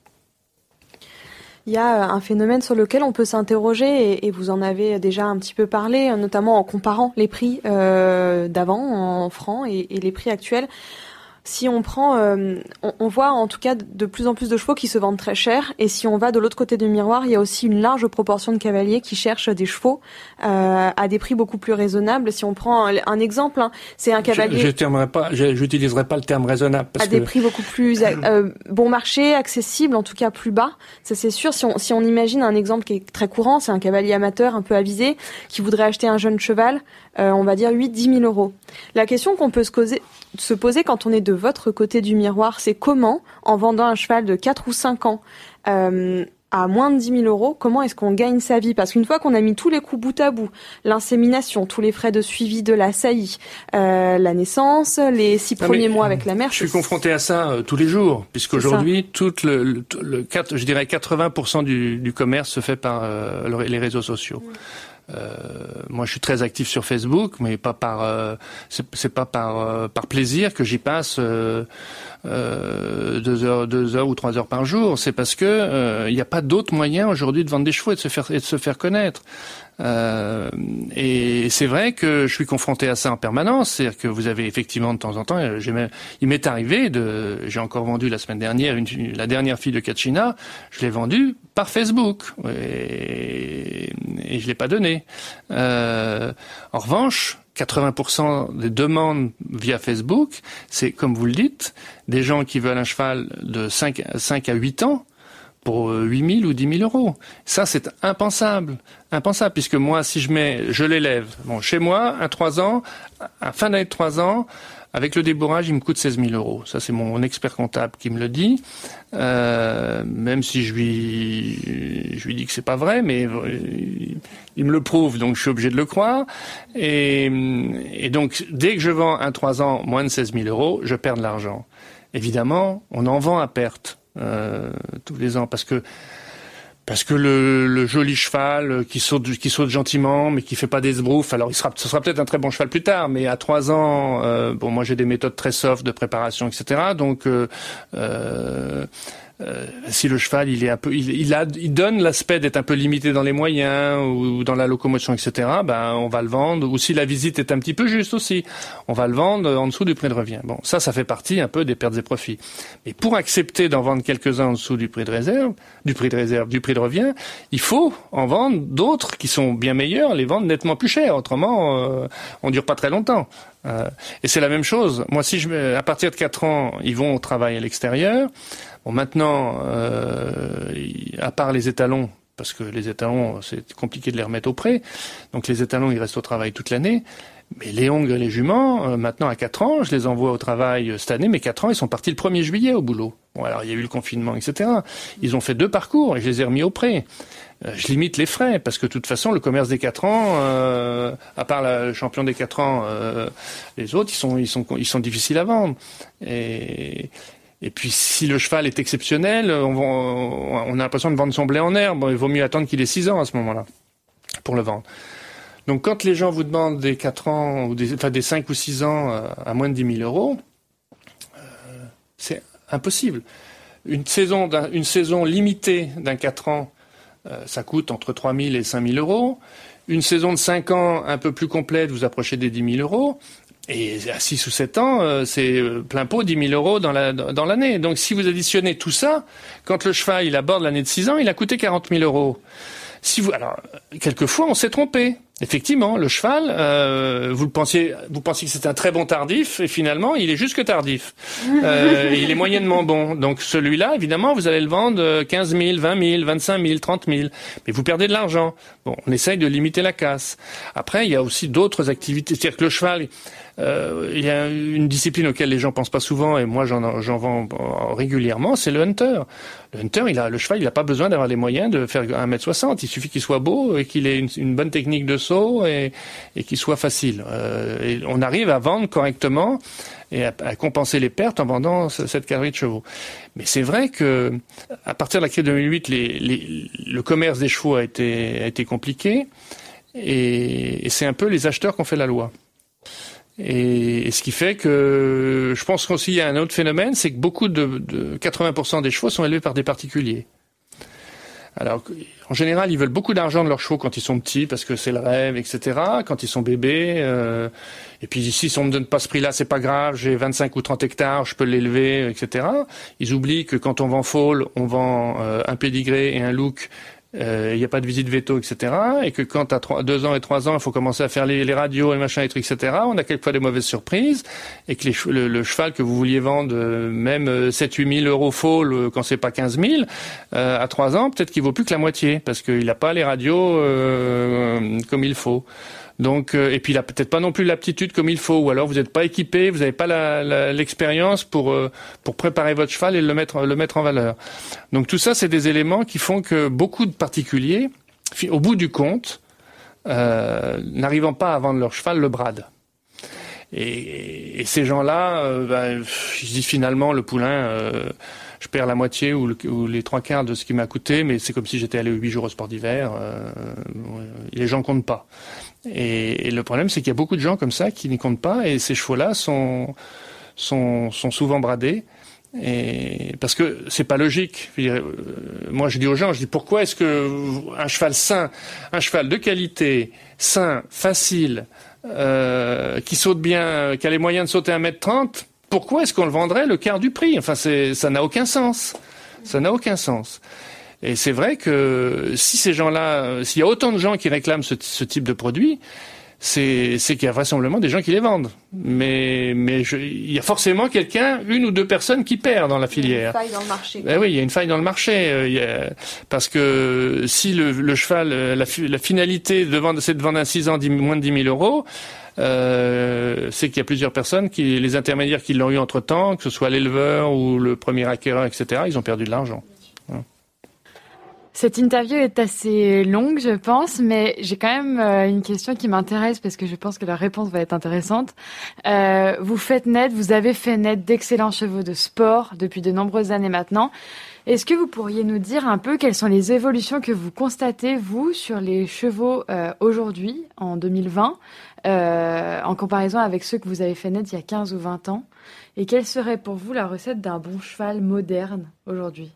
Il y a un phénomène sur lequel on peut s'interroger, et, et vous en avez déjà un petit peu parlé, notamment en comparant les prix euh, d'avant en francs et, et les prix actuels. Si on prend, euh, on, on voit en tout cas de plus en plus de chevaux qui se vendent très cher, et si on va de l'autre côté du miroir, il y a aussi une large proportion de cavaliers qui cherchent des chevaux euh, à des prix beaucoup plus raisonnables. Si on prend un, un exemple, hein, c'est un cavalier. Je, je pas, je, j'utiliserai pas le terme raisonnable parce à que... des prix beaucoup plus euh, bon marché, accessibles, en tout cas plus bas. Ça c'est sûr. Si on si on imagine un exemple qui est très courant, c'est un cavalier amateur un peu avisé qui voudrait acheter un jeune cheval, euh, on va dire huit à dix mille euros. La question qu'on peut se poser, se poser quand on est de votre côté du miroir, c'est comment, en vendant un cheval de quatre ou cinq ans euh, à moins de dix mille euros, comment est-ce qu'on gagne sa vie? Parce qu'une fois qu'on a mis tous les coups bout à bout, l'insémination, tous les frais de suivi de la saillie, euh, la naissance, les six non premiers mois avec la mère... Je suis confronté à ça euh, tous les jours, puisqu'aujourd'hui, tout le, le, le, le, je dirais quatre-vingts pour cent du, du commerce se fait par euh, les réseaux sociaux. Mmh. Euh, moi, je suis très actif sur Facebook, mais pas par, euh, c'est, c'est pas par euh, par plaisir que j'y passe euh, euh, deux heures, deux heures ou trois heures par jour. C'est parce que il euh, n'y a pas d'autre moyen aujourd'hui de vendre des chevaux et de se faire et de se faire connaître. Euh, et c'est vrai que je suis confronté à ça en permanence, c'est-à-dire que vous avez effectivement de temps en temps, j'ai même, il m'est arrivé de, j'ai encore vendu la semaine dernière une, la dernière fille de Kachina, je l'ai vendue par Facebook et, et je l'ai pas donnée. Euh, en revanche, quatre-vingts pour cent des demandes via Facebook, c'est comme vous le dites, des gens qui veulent un cheval de cinq à huit ans. Pour huit mille ou dix mille euros. Ça, c'est impensable. Impensable, puisque moi, si je mets, je l'élève. Bon, chez moi, un trois ans, à fin d'année de trois ans, avec le débourrage, il me coûte seize mille euros. Ça, c'est mon expert comptable qui me le dit. Euh, même si je lui, je lui dis que c'est pas vrai, mais il me le prouve, donc je suis obligé de le croire. Et, et donc, dès que je vends un trois ans moins de seize mille euros, je perds de l'argent. Évidemment, on en vend à perte. Euh, tous les ans parce que parce que le, le joli cheval qui saute qui saute gentiment mais qui fait pas des sbroufs, alors il sera ce sera peut-être un très bon cheval plus tard, mais à trois ans euh, bon moi j'ai des méthodes très soft de préparation, etc. donc euh, euh, Euh, si le cheval il est un peu il, il a il donne l'aspect d'être un peu limité dans les moyens ou dans la locomotion, etc., ben on va le vendre. Ou si la visite est un petit peu juste aussi, on va le vendre en dessous du prix de revient. Bon, ça ça fait partie un peu des pertes et profits. Mais pour accepter d'en vendre quelques-uns en dessous du prix de réserve, du prix de réserve, du prix de revient, il faut en vendre d'autres qui sont bien meilleurs, les vendre nettement plus cher. Autrement, euh, on dure pas très longtemps. Euh, et c'est la même chose. Moi, si je, à partir de quatre ans, ils vont au travail à l'extérieur. Bon, maintenant, euh, à part les étalons, parce que les étalons, c'est compliqué de les remettre au pré, donc les étalons, ils restent au travail toute l'année. Mais les hongres et les juments, euh, maintenant à quatre ans, je les envoie au travail cette année, mais quatre ans, ils sont partis le premier juillet au boulot. Bon, alors il y a eu le confinement, et cetera. Ils ont fait deux parcours et je les ai remis au pré. Euh, je limite les frais, parce que de toute façon, le commerce des quatre ans, euh, à part la, le champion des quatre ans, euh, les autres, ils sont, ils sont, ils sont difficiles à vendre. Et... Et puis, si le cheval est exceptionnel, on, on, on a l'impression de vendre son blé en herbe. Bon, il vaut mieux attendre qu'il ait six ans à ce moment-là pour le vendre. Donc, quand les gens vous demandent des quatre ans, ou des, enfin des cinq ou six ans euh, à moins de dix mille euros, euh, c'est impossible. Une saison, d'un, une saison limitée d'un quatre ans, euh, ça coûte entre trois mille et cinq mille euros. Une saison de cinq ans un peu plus complète, vous approchez des dix mille euros. Et à six ou sept ans, euh, c'est plein pot, dix mille euros dans, la, dans l'année. Donc si vous additionnez tout ça, quand le cheval il aborde l'année de six ans, il a coûté quarante mille euros. Si vous, alors, quelquefois on s'est trompé. Effectivement, le cheval, euh, vous le pensiez, vous pensiez que c'était un très bon tardif, et finalement, il est juste que tardif. Euh, il est moyennement bon. Donc celui-là, évidemment, vous allez le vendre quinze mille, vingt mille, vingt-cinq mille, trente mille. Mais vous perdez de l'argent. Bon, on essaye de limiter la casse. Après, il y a aussi d'autres activités. C'est-à-dire que le cheval, euh, il y a une discipline auquel les gens pensent pas souvent, et moi j'en, j'en vends régulièrement, c'est le hunter. Le hunter, il a, le cheval, il n'a pas besoin d'avoir les moyens de faire un mètre soixante. Il suffit qu'il soit beau et qu'il ait une, une bonne technique de saut et, et qu'il soit facile. Euh, et on arrive à vendre correctement et à, à compenser les pertes en vendant cette cavalerie de chevaux. Mais c'est vrai que à partir de la crise de deux mille huit, les, les, le commerce des chevaux a été, a été compliqué et, et c'est un peu les acheteurs qui ont fait la loi. Et, et ce qui fait que je pense qu'aussi il y a un autre phénomène, c'est que beaucoup de, de quatre-vingts pour cent des chevaux sont élevés par des particuliers. Alors, en général, ils veulent beaucoup d'argent de leurs chevaux quand ils sont petits, parce que c'est le rêve, et cetera. Quand ils sont bébés, euh, et puis ici, si on me donne pas ce prix-là, c'est pas grave, j'ai vingt-cinq ou trente hectares, je peux l'élever, et cetera. Ils oublient que quand on vend foal, on vend euh, un pédigré et un look. Il euh, n'y a pas de visite veto, et cetera. Et que quand à trois, deux ans et trois ans, il faut commencer à faire les, les radios et machin et trucs, et cetera. On a quelquefois des mauvaises surprises. Et que les, le, le cheval que vous vouliez vendre, euh, même sept huit mille euros foal, euh, quand c'est pas quinze mille, euh, à trois ans, peut-être qu'il vaut plus que la moitié. Parce qu'il n'a pas les radios euh, comme il faut. Donc, euh, et puis il a peut-être pas non plus l'aptitude comme il faut, ou alors vous n'êtes pas équipé, vous n'avez pas la, la, l'expérience pour euh, pour préparer votre cheval et le mettre le mettre en valeur. Donc tout ça, c'est des éléments qui font que beaucoup de particuliers, au bout du compte, euh, n'arrivant pas à vendre leur cheval, le bradent. Et, et ces gens-là, euh, ben, je dis finalement le poulain. Euh, Je perds la moitié ou, le, ou les trois quarts de ce qui m'a coûté, mais c'est comme si j'étais allé huit jours au sport d'hiver. Euh, les gens comptent pas. Et, et le problème, c'est qu'il y a beaucoup de gens comme ça qui n'y comptent pas, et ces chevaux-là sont sont, sont souvent bradés. Et parce que c'est pas logique. Je veux dire, euh, moi, je dis aux gens, je dis pourquoi est-ce que un cheval sain, un cheval de qualité, sain, facile, euh, qui saute bien, qui a les moyens de sauter un mètre trente. Pourquoi est-ce qu'on le vendrait le quart du prix ? Enfin, c'est, ça n'a aucun sens. Ça n'a aucun sens. Et c'est vrai que si ces gens-là, s'il y a autant de gens qui réclament ce, ce type de produit, c'est, c'est qu'il y a vraisemblablement des gens qui les vendent. Mais, mais je, il y a forcément quelqu'un, une ou deux personnes qui perdent dans la filière. Il y a une faille dans le marché. Ben oui, il y a une faille dans le marché. Euh, il y a, parce que si le, le cheval, la, la finalité de vendre, c'est de vendre un six ans moins de dix mille euros, Euh, c'est qu'il y a plusieurs personnes, qui, les intermédiaires qui l'ont eu entre-temps, que ce soit l'éleveur ou le premier acquéreur, et cetera, ils ont perdu de l'argent. Hein. Cette interview est assez longue, je pense, mais j'ai quand même euh, une question qui m'intéresse parce que je pense que la réponse va être intéressante. Euh, vous faites naître, vous avez fait naître d'excellents chevaux de sport depuis de nombreuses années maintenant. Est-ce que vous pourriez nous dire un peu quelles sont les évolutions que vous constatez, vous, sur les chevaux euh, aujourd'hui, en deux mille vingt, euh, en comparaison avec ceux que vous avez fait naître il y a quinze ou vingt ans? Et quelle serait pour vous la recette d'un bon cheval moderne aujourd'hui?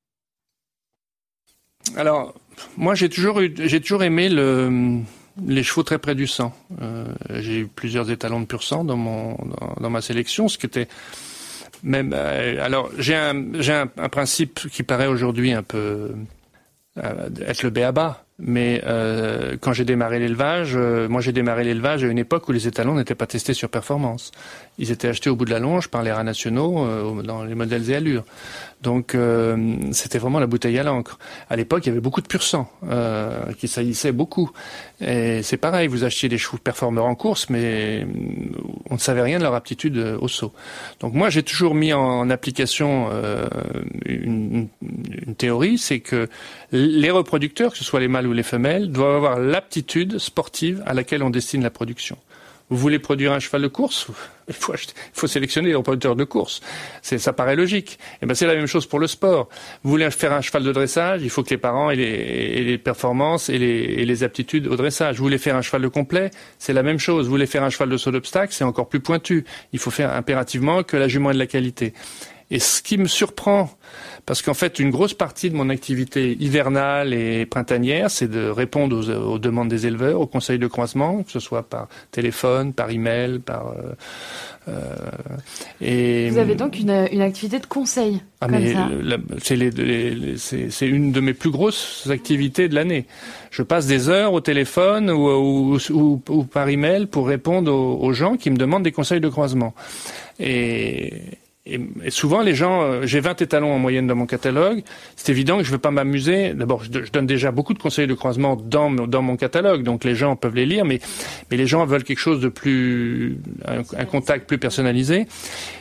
Alors, moi, j'ai toujours eu, j'ai toujours aimé le, les chevaux très près du sang. Euh, j'ai eu plusieurs étalons de pur sang dans mon, dans, dans ma sélection, ce qui était même. Euh, alors, j'ai un, j'ai un, un principe qui paraît aujourd'hui un peu euh, être le b.a.-ba. Mais euh, quand j'ai démarré l'élevage, euh, moi j'ai démarré l'élevage à une époque où les étalons n'étaient pas testés sur performance. Ils étaient achetés au bout de la longe par les rats nationaux euh, dans les modèles et allures. Donc euh, c'était vraiment la bouteille à l'encre. À l'époque, il y avait beaucoup de pur sang euh, qui saillissaient beaucoup. Et c'est pareil, vous achetiez des chevaux performeurs en course, mais on ne savait rien de leur aptitude au saut. Donc moi, j'ai toujours mis en application euh, une, une théorie, c'est que les reproducteurs, que ce soit les mâles ou les femelles, doivent avoir l'aptitude sportive à laquelle on destine la production. Vous voulez produire un cheval de course, il faut, acheter, il faut sélectionner les reproducteurs de course. C'est, ça paraît logique. Et ben c'est la même chose pour le sport. Vous voulez faire un cheval de dressage, il faut que les parents aient les, aient les performances et les, et les aptitudes au dressage. Vous voulez faire un cheval de complet, c'est la même chose. Vous voulez faire un cheval de saut d'obstacle, c'est encore plus pointu. Il faut faire impérativement que la jument ait de la qualité. Et ce qui me surprend, parce qu'en fait, une grosse partie de mon activité hivernale et printanière, c'est de répondre aux, aux demandes des éleveurs, aux conseils de croisement, que ce soit par téléphone, par email, par... Euh, euh, et vous avez donc une, une activité de conseil. Ah comme mais ça. La, c'est, les, les, les, c'est, c'est une de mes plus grosses activités de l'année. Je passe des heures au téléphone ou, ou, ou, ou par email pour répondre aux, aux gens qui me demandent des conseils de croisement. Et... Et, et souvent, les gens, euh, j'ai vingt étalons en moyenne dans mon catalogue. C'est évident que je ne veux pas m'amuser. D'abord, je, je donne déjà beaucoup de conseils de croisement dans, dans mon catalogue, donc les gens peuvent les lire, mais, mais les gens veulent quelque chose de plus, un, un contact plus personnalisé.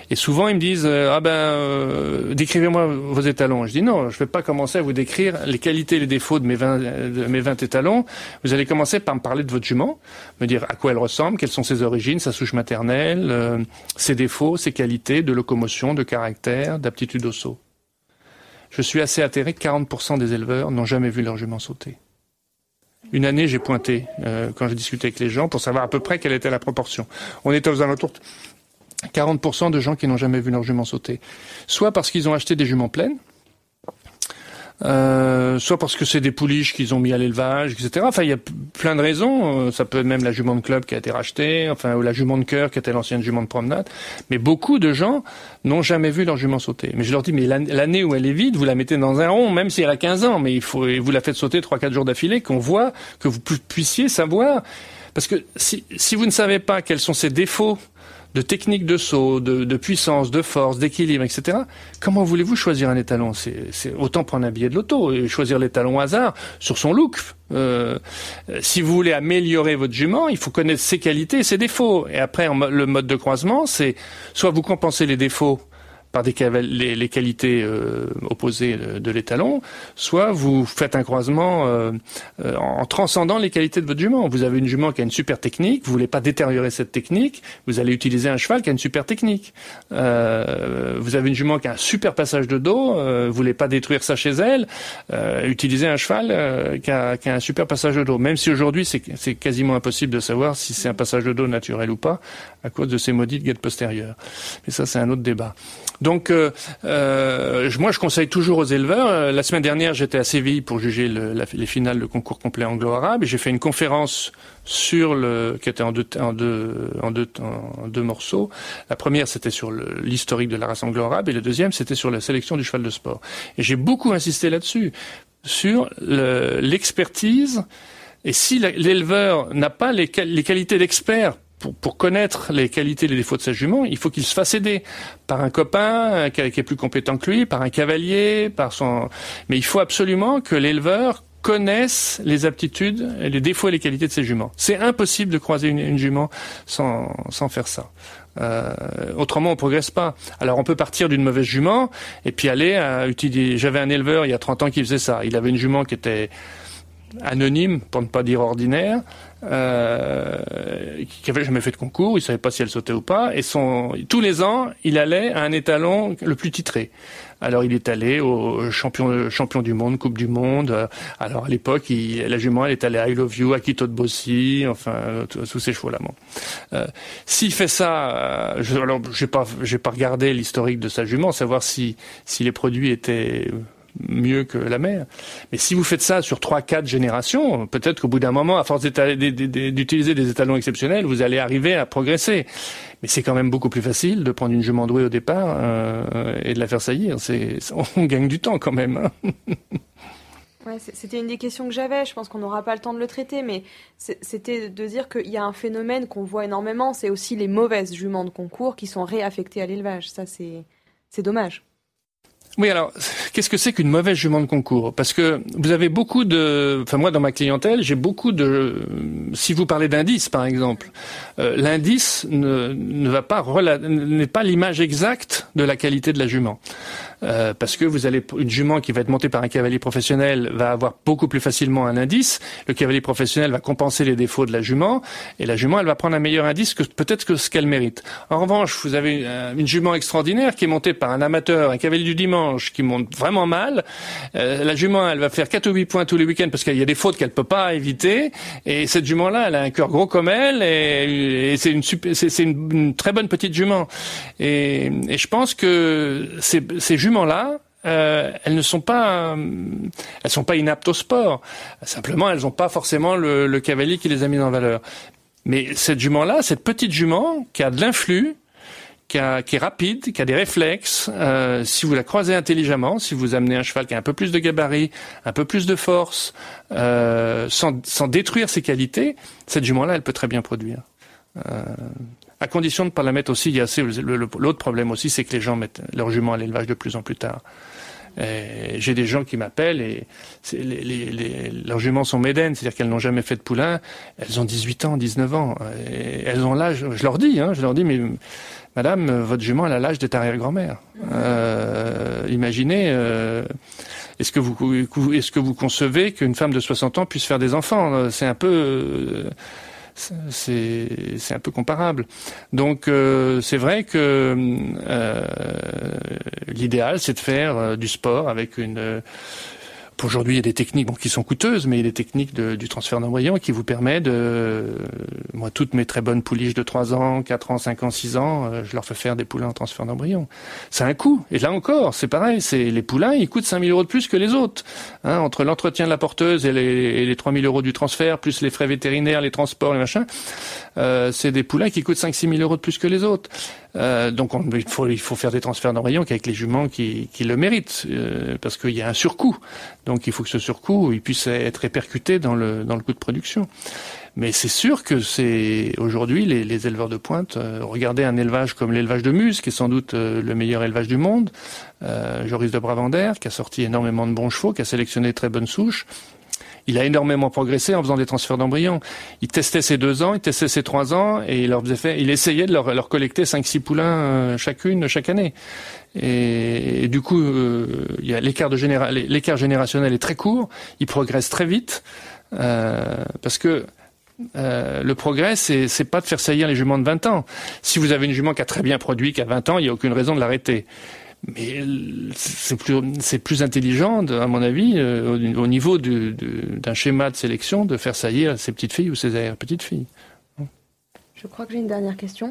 Et souvent, ils me disent euh, « Ah ben, euh, décrivez-moi vos étalons ». Je dis « Non, je ne vais pas commencer à vous décrire les qualités et les défauts de mes vingt, de mes vingt étalons. Vous allez commencer par me parler de votre jument, me dire à quoi elle ressemble, quelles sont ses origines, sa souche maternelle, euh, ses défauts, ses qualités de locomotion, de caractère, d'aptitude au saut. » Je suis assez atterré que quarante pour cent des éleveurs n'ont jamais vu leur jument sauter. Une année, j'ai pointé, euh, quand j'ai discuté avec les gens, pour savoir à peu près quelle était la proportion. On était aux alentours de quarante pour cent de gens qui n'ont jamais vu leur jument sauter. Soit parce qu'ils ont acheté des juments pleines, euh, soit parce que c'est des pouliches qu'ils ont mis à l'élevage, et cetera. Enfin, il y a plein de raisons. Ça peut être même la jument de club qui a été rachetée, enfin, ou la jument de cœur qui était l'ancienne jument de promenade. Mais beaucoup de gens n'ont jamais vu leur jument sauter. Mais je leur dis, mais l'année où elle est vide, vous la mettez dans un rond, même si elle a quinze ans, mais il faut, et vous la faites sauter trois, quatre jours d'affilée, qu'on voit, que vous puissiez savoir. Parce que si, si vous ne savez pas quels sont ses défauts, de technique de saut, de, de puissance, de force, d'équilibre, et cetera. Comment voulez-vous choisir un étalon ? C'est, c'est autant prendre un billet de loto et choisir l'étalon au hasard sur son look. Euh, si vous voulez améliorer votre jument, il faut connaître ses qualités et ses défauts. Et après, en, le mode de croisement, c'est soit vous compensez les défauts par des caval- les, les qualités euh, opposées de, de l'étalon, soit vous faites un croisement euh, euh, en transcendant les qualités de votre jument. Vous avez une jument qui a une super technique, vous voulez pas détériorer cette technique, vous allez utiliser un cheval qui a une super technique. Euh, vous avez une jument qui a un super passage de dos, euh, vous voulez pas détruire ça chez elle, euh, utilisez un cheval euh, qui, a, qui a un super passage de dos. Même si aujourd'hui c'est, c'est quasiment impossible de savoir si c'est un passage de dos naturel ou pas, à cause de ces maudites guettes postérieures. Mais ça c'est un autre débat. Donc, euh, euh, moi, je conseille toujours aux éleveurs. La semaine dernière, j'étais à Séville pour juger le, la, les finales de concours complet anglo-arabe, et j'ai fait une conférence sur le, qui était en deux, en deux, en deux, en deux morceaux. La première, c'était sur le, l'historique de la race anglo-arabe, et la deuxième, c'était sur la sélection du cheval de sport. Et j'ai beaucoup insisté là-dessus, sur le, l'expertise. Et si la, l'éleveur n'a pas les, les qualités d'expert Pour, pour connaître les qualités et les défauts de sa jument, il faut qu'il se fasse aider par un copain qui est plus compétent que lui, par un cavalier, par son. Mais il faut absolument que l'éleveur connaisse les aptitudes, et les défauts et les qualités de ses juments. C'est impossible de croiser une, une jument sans, sans faire ça. Euh, autrement, on progresse pas. Alors, on peut partir d'une mauvaise jument et puis aller à utiliser. J'avais un éleveur il y a trente ans qui faisait ça. Il avait une jument qui était anonyme, pour ne pas dire ordinaire, euh, qui avait jamais fait de concours, il savait pas si elle sautait ou pas, et son, tous les ans, il allait à un étalon le plus titré. Alors il est allé au champion, champion du monde, Coupe du monde. Alors à l'époque, il, la jument, elle est allée à I Love You, à Quito de Bossy, enfin tous ces chevaux-là. Bon. Euh, s'il fait ça, euh, je, alors j'ai pas, j'ai pas regardé l'historique de sa jument, savoir si, si les produits étaient mieux que la mère. Mais si vous faites ça sur trois, quatre générations, peut-être qu'au bout d'un moment, à force d'utiliser des étalons exceptionnels, vous allez arriver à progresser. Mais c'est quand même beaucoup plus facile de prendre une jument douée au départ euh, et de la faire saillir. C'est, on gagne du temps quand même. Hein. Ouais, c'était une des questions que j'avais. Je pense qu'on n'aura pas le temps de le traiter, mais c'était de dire qu'il y a un phénomène qu'on voit énormément, c'est aussi les mauvaises juments de concours qui sont réaffectées à l'élevage. Ça, c'est, c'est dommage. Oui, alors, qu'est-ce que c'est qu'une mauvaise jument de concours ? Parce que vous avez beaucoup de... Enfin, moi, dans ma clientèle, j'ai beaucoup de... Si vous parlez d'indice, par exemple, euh, l'indice ne, ne va pas... Rela... n'est pas l'image exacte de la qualité de la jument. Euh, parce que vous allez... Une jument qui va être montée par un cavalier professionnel va avoir beaucoup plus facilement un indice. Le cavalier professionnel va compenser les défauts de la jument. Et la jument, elle va prendre un meilleur indice que peut-être que ce qu'elle mérite. En revanche, vous avez une, une jument extraordinaire qui est montée par un amateur, un cavalier du dimanche, qui monte vraiment mal. Euh, la jument, elle va faire quatre ou huit points tous les week-ends parce qu'il y a des fautes qu'elle peut pas éviter. Et cette jument-là, elle a un cœur gros comme elle et, et c'est une super, c'est, c'est une, une très bonne petite jument. Et, et je pense que ces, ces juments-là, euh, elles ne sont pas, elles sont pas inaptes au sport. Simplement, elles n'ont pas forcément le, le cavalier qui les a mis en valeur. Mais cette jument-là, cette petite jument qui a de l'influx, Qui, a, qui est rapide, qui a des réflexes, euh, si vous la croisez intelligemment, si vous amenez un cheval qui a un peu plus de gabarit, un peu plus de force, euh, sans, sans détruire ses qualités, cette jument-là, elle peut très bien produire. Euh, à condition de ne pas la mettre aussi, il y a assez, le, le, l'autre problème aussi, c'est que les gens mettent leur jument à l'élevage de plus en plus tard. Et j'ai des gens qui m'appellent et c'est, les, les, les, leurs juments sont médaines, c'est-à-dire qu'elles n'ont jamais fait de poulain, elles ont dix-huit ans, dix-neuf ans, et elles ont l'âge, je leur dis, hein, je leur dis, mais Madame, euh, votre jument elle a l'âge de ta arrière-grand-mère. Euh, imaginez, euh, est-ce que vous est-ce que vous concevez qu'une femme de soixante ans puisse faire des enfants? C'est un peu euh, c'est c'est un peu comparable. Donc euh, c'est vrai que euh, l'idéal c'est de faire euh, du sport avec une euh, Aujourd'hui, il y a des techniques bon, qui sont coûteuses, mais il y a des techniques de, du transfert d'embryon qui vous permettent de... Euh, moi, toutes mes très bonnes pouliches de trois ans, quatre ans, cinq ans, six ans, euh, je leur fais faire des poulains en transfert d'embryon. C'est un coût. Et là encore, c'est pareil. C'est, les poulains, ils coûtent cinq mille euros de plus que les autres. Hein, entre l'entretien de la porteuse et les, et les trois mille euros du transfert, plus les frais vétérinaires, les transports, les machins, euh, c'est des poulains qui coûtent cinq six mille euros de plus que les autres. Euh, donc on, il, faut, il faut faire des transferts d'embryon qu'avec les juments qui, qui le méritent, euh, parce qu'il y a un surcoût. Donc il faut que ce surcoût il puisse être répercuté dans le, dans le coût de production. Mais c'est sûr que c'est aujourd'hui les, les éleveurs de pointe, euh, regardez un élevage comme l'élevage de Muse, qui est sans doute euh, le meilleur élevage du monde, euh, Joris de Brabander, qui a sorti énormément de bons chevaux, qui a sélectionné de très bonnes souches. Il a énormément progressé en faisant des transferts d'embryons. Il testait ses deux ans, il testait ses trois ans, et il leur faisait faire, il essayait de leur, leur collecter cinq, six poulains euh, chacune chaque année. Et, et du coup, euh, il y a l'écart de généra- l'écart générationnel est très court. Il progresse très vite euh, parce que euh, le progrès, c'est, c'est pas de faire saillir les juments de vingt ans. Si vous avez une jument qui a très bien produit, qui a vingt ans, il n'y a aucune raison de l'arrêter. Mais c'est plus, c'est plus intelligent, à mon avis, euh, au, au niveau du, du, d'un schéma de sélection, de faire saillir ses petites filles ou ses arrière-petites filles. Je crois que j'ai une dernière question.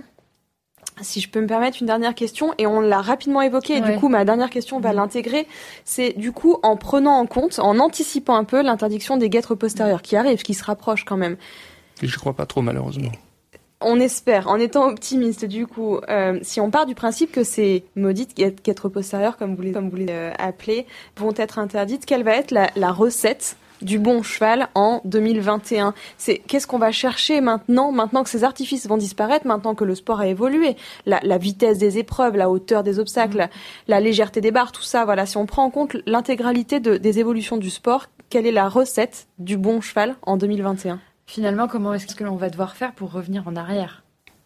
Si je peux me permettre une dernière question, et on l'a rapidement évoqué, et ouais. Du coup ma dernière question va l'intégrer, c'est du coup en prenant en compte, en anticipant un peu l'interdiction des guêtres postérieures qui arrive, qui se rapproche quand même. Et je crois pas trop malheureusement. On espère, en étant optimiste du coup, euh, si on part du principe que ces maudites guêtres postérieures, comme vous les, comme vous les euh, appelez, vont être interdites, quelle va être la, la recette du bon cheval en deux mille vingt et un? C'est qu'est-ce qu'on va chercher maintenant, maintenant que ces artifices vont disparaître, maintenant que le sport a évolué, la, la vitesse des épreuves, la hauteur des obstacles, la, la légèreté des barres, tout ça. Voilà, si on prend en compte l'intégralité de, des évolutions du sport, quelle est la recette du bon cheval en deux mille vingt et un? Finalement, comment est-ce que l'on va devoir faire pour revenir en arrière?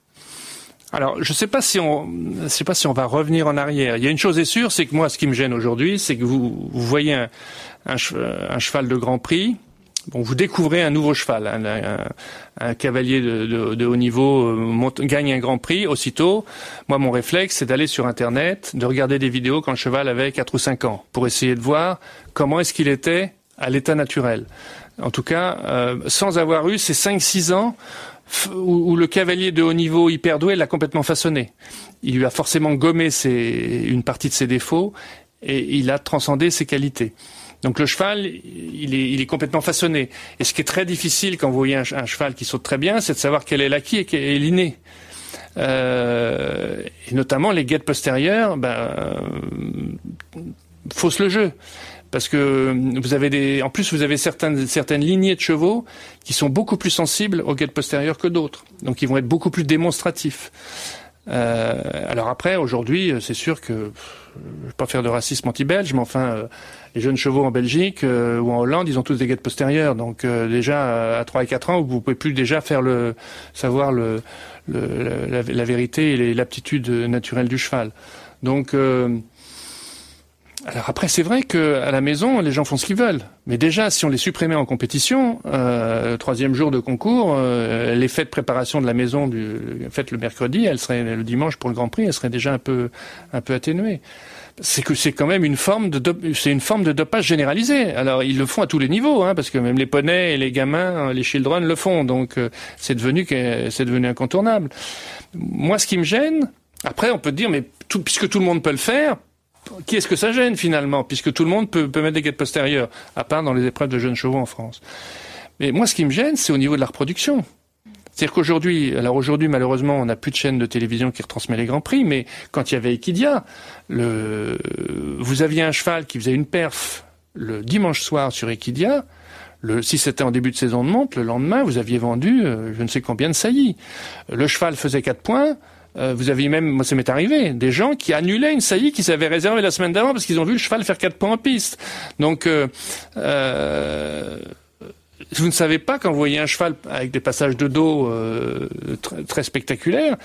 Alors, je sais pas si on, je sais pas si on va revenir en arrière. Il y a une chose est sûre, c'est que moi, ce qui me gêne aujourd'hui, c'est que vous, vous voyez un, un, un cheval de Grand Prix. Bon, vous découvrez un nouveau cheval, un, un, un cavalier de, de, de haut niveau euh, monte, gagne un Grand Prix. Aussitôt, moi, mon réflexe, c'est d'aller sur Internet, de regarder des vidéos quand le cheval avait quatre ou cinq ans, pour essayer de voir comment est-ce qu'il était à l'état naturel. En tout cas, euh, sans avoir eu ces cinq six ans f- où, où le cavalier de haut niveau hyper doué l'a complètement façonné. Il lui a forcément gommé ses, une partie de ses défauts et il a transcendé ses qualités. Donc le cheval, il est, il est complètement façonné. Et ce qui est très difficile quand vous voyez un, un cheval qui saute très bien, c'est de savoir quel est l'acquis et quel est l'inné. Euh, et notamment les guêtres postérieures, ben, euh, faussent le jeu. Parce que vous avez des, en plus vous avez certaines certaines lignées de chevaux qui sont beaucoup plus sensibles aux guêtres postérieures que d'autres, donc ils vont être beaucoup plus démonstratifs. Euh, alors après, aujourd'hui, c'est sûr que je vais pas faire de racisme anti-belge, mais enfin, euh, les jeunes chevaux en Belgique euh, ou en Hollande, ils ont tous des guêtres postérieures, donc euh, déjà à trois et quatre ans, vous pouvez plus déjà faire le savoir le, le la, la vérité et l'aptitude naturelle du cheval. Donc euh, Alors après, c'est vrai que à la maison, les gens font ce qu'ils veulent. Mais déjà, si on les supprimait en compétition, euh, troisième jour de concours, euh, les fêtes de préparation de la maison, du, faites le mercredi, elle serait le dimanche pour le Grand Prix, elle serait déjà un peu, un peu atténuée. C'est que c'est quand même une forme de, do- c'est une forme de dopage généralisé. Alors ils le font à tous les niveaux, hein, parce que même les poneys et les gamins, les children le font. Donc euh, c'est devenu, c'est devenu incontournable. Moi, ce qui me gêne, après, on peut dire, mais tout, puisque tout le monde peut le faire. Qui est-ce que ça gêne finalement, puisque tout le monde peut, peut mettre des guêtres postérieures, à part dans les épreuves de jeunes chevaux en France. Mais moi, ce qui me gêne, c'est au niveau de la reproduction. C'est-à-dire qu'aujourd'hui, alors aujourd'hui, malheureusement, on n'a plus de chaîne de télévision qui retransmet les Grands Prix, mais quand il y avait Equidia, le, vous aviez un cheval qui faisait une perf le dimanche soir sur Equidia. Le, si c'était en début de saison de monte, le lendemain, vous aviez vendu euh, je ne sais combien de saillies. Le cheval faisait quatre points. Euh, vous avez même, moi ça m'est arrivé, des gens qui annulaient une saillie qu'ils avaient réservée la semaine d'avant parce qu'ils ont vu le cheval faire quatre points en piste. Donc, euh, euh, vous ne savez pas quand vous voyez un cheval avec des passages de dos euh, très, très spectaculaires,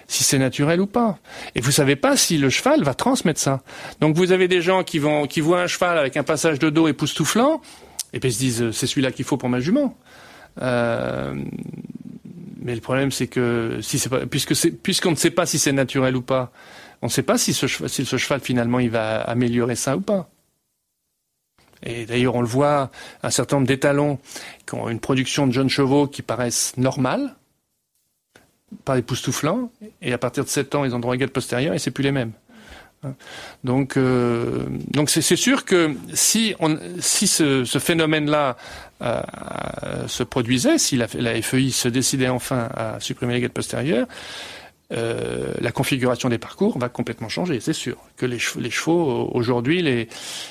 si c'est naturel ou pas. Et vous savez pas si le cheval va transmettre ça. Donc vous avez des gens qui vont qui voient un cheval avec un passage de dos époustouflant, et puis ils se disent c'est celui-là qu'il faut pour ma jument. Euh, mais le problème c'est que si c'est pas, puisque c'est, puisqu'on ne sait pas si c'est naturel ou pas, on ne sait pas si ce cheval, si ce cheval finalement il va améliorer ça ou pas. Et d'ailleurs on le voit, un certain nombre d'étalons qui ont une production de jeunes chevaux qui paraissent normales, pas époustouflants, et à partir de sept ans ils ont droit à guette postérieure et c'est plus les mêmes. Donc, euh, donc c'est, c'est sûr que si, on, si ce, ce phénomène-là euh, euh, se produisait, si la, la F E I se décidait enfin à supprimer les guettes postérieures, euh, la configuration des parcours va complètement changer. C'est sûr que les chevaux, les chevaux aujourd'hui, les,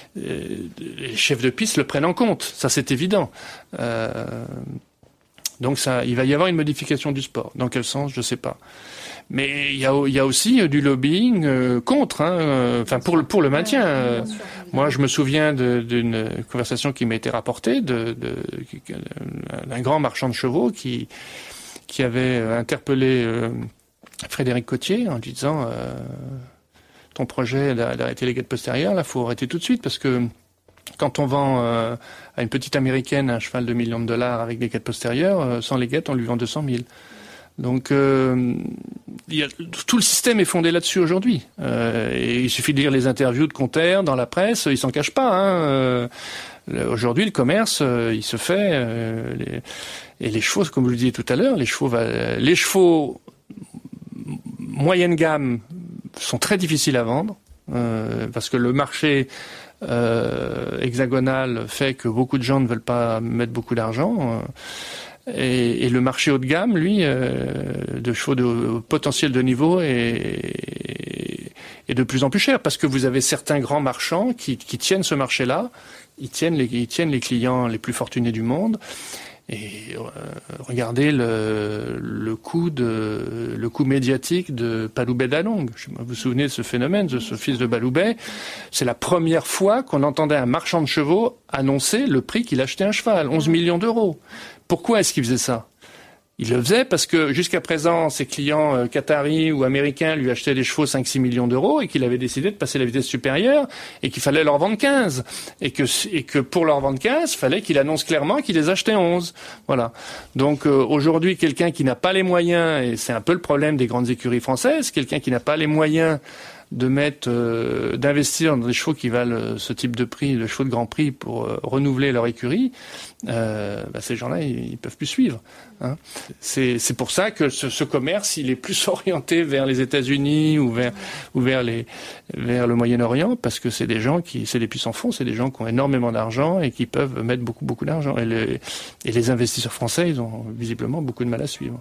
les chefs de piste le prennent en compte. Ça, c'est évident. Euh, donc, ça, il va y avoir une modification du sport. Dans quel sens, je ne sais pas. Mais il y a, il y a aussi du lobbying euh, contre, hein, euh, enfin pour le pour le maintien. Euh, moi, je me souviens de, d'une conversation qui m'a été rapportée de, de, d'un grand marchand de chevaux qui qui avait interpellé euh, Frédéric Cotier en lui disant euh, ton projet d'arrêter les guettes postérieures, là, faut arrêter tout de suite parce que quand on vend euh, à une petite américaine un cheval de millions de dollars avec des guettes postérieures, euh, sans les guettes, on lui vend deux cent mille. Donc, euh, il y a, tout le système est fondé là-dessus aujourd'hui. Euh, et il suffit de lire les interviews de Conter dans la presse, ils s'en cachent pas. Hein. Euh, aujourd'hui, le commerce, euh, il se fait. Euh, les, et les chevaux, comme je le disais tout à l'heure, les chevaux, va, les chevaux moyenne gamme sont très difficiles à vendre euh, parce que le marché euh, hexagonal fait que beaucoup de gens ne veulent pas mettre beaucoup d'argent. Euh, Et, et le marché haut de gamme, lui, euh, de chevaux de potentiel de niveau est, est de plus en plus cher parce que vous avez certains grands marchands qui, qui tiennent ce marché-là, ils tiennent les, ils tiennent les clients les plus fortunés du monde. Et euh, regardez le, le coût de le coût médiatique de Paloubet d'Along. Vous vous souvenez de ce phénomène, de ce fils de Paloubet? C'est la première fois qu'on entendait un marchand de chevaux annoncer le prix qu'il achetait un cheval, onze millions d'euros. Pourquoi est-ce qu'il faisait ça? Il le faisait parce que jusqu'à présent, ses clients euh, qataris ou américains lui achetaient des chevaux cinq six millions d'euros et qu'il avait décidé de passer la vitesse supérieure et qu'il fallait leur vendre quinze. Et que, et que pour leur vendre quinze, il fallait qu'il annonce clairement qu'il les achetait onze. Voilà. Donc euh, aujourd'hui, quelqu'un qui n'a pas les moyens, et c'est un peu le problème des grandes écuries françaises, quelqu'un qui n'a pas les moyens de mettre, euh, d'investir dans des chevaux qui valent ce type de prix, de chevaux de grand prix pour euh, renouveler leur écurie, euh, bah, ces gens-là, ils, ils peuvent plus suivre. Hein. C'est, c'est pour ça que ce, ce commerce, il est plus orienté vers les États-Unis ou vers, ou vers les, vers le Moyen-Orient, parce que c'est des gens qui, c'est des puissants fonds, c'est des gens qui ont énormément d'argent et qui peuvent mettre beaucoup, beaucoup d'argent. Et les, et les investisseurs français, ils ont visiblement beaucoup de mal à suivre.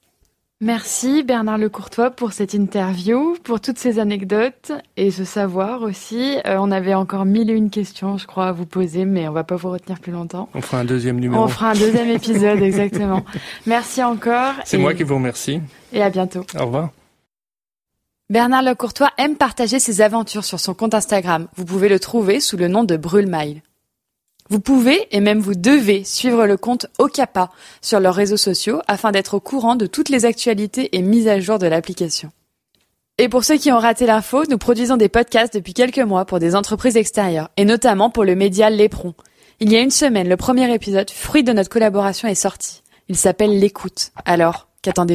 Merci Bernard Lecourtois pour cette interview, pour toutes ces anecdotes et ce savoir aussi. Euh, on avait encore mille et une questions, je crois, à vous poser, mais on va pas vous retenir plus longtemps. On fera un deuxième numéro. On fera un deuxième épisode, exactement. Merci encore. C'est et... moi qui vous remercie. Et à bientôt. Au revoir. Bernard Lecourtois aime partager ses aventures sur son compte Instagram. Vous pouvez le trouver sous le nom de Brûle-Maille. Vous pouvez, et même vous devez, suivre le compte Okapa sur leurs réseaux sociaux afin d'être au courant de toutes les actualités et mises à jour de l'application. Et pour ceux qui ont raté l'info, nous produisons des podcasts depuis quelques mois pour des entreprises extérieures, et notamment pour le média L'Éperon. Il y a une semaine, le premier épisode, fruit de notre collaboration, est sorti. Il s'appelle L'écoute. Alors, qu'attendez-vous ?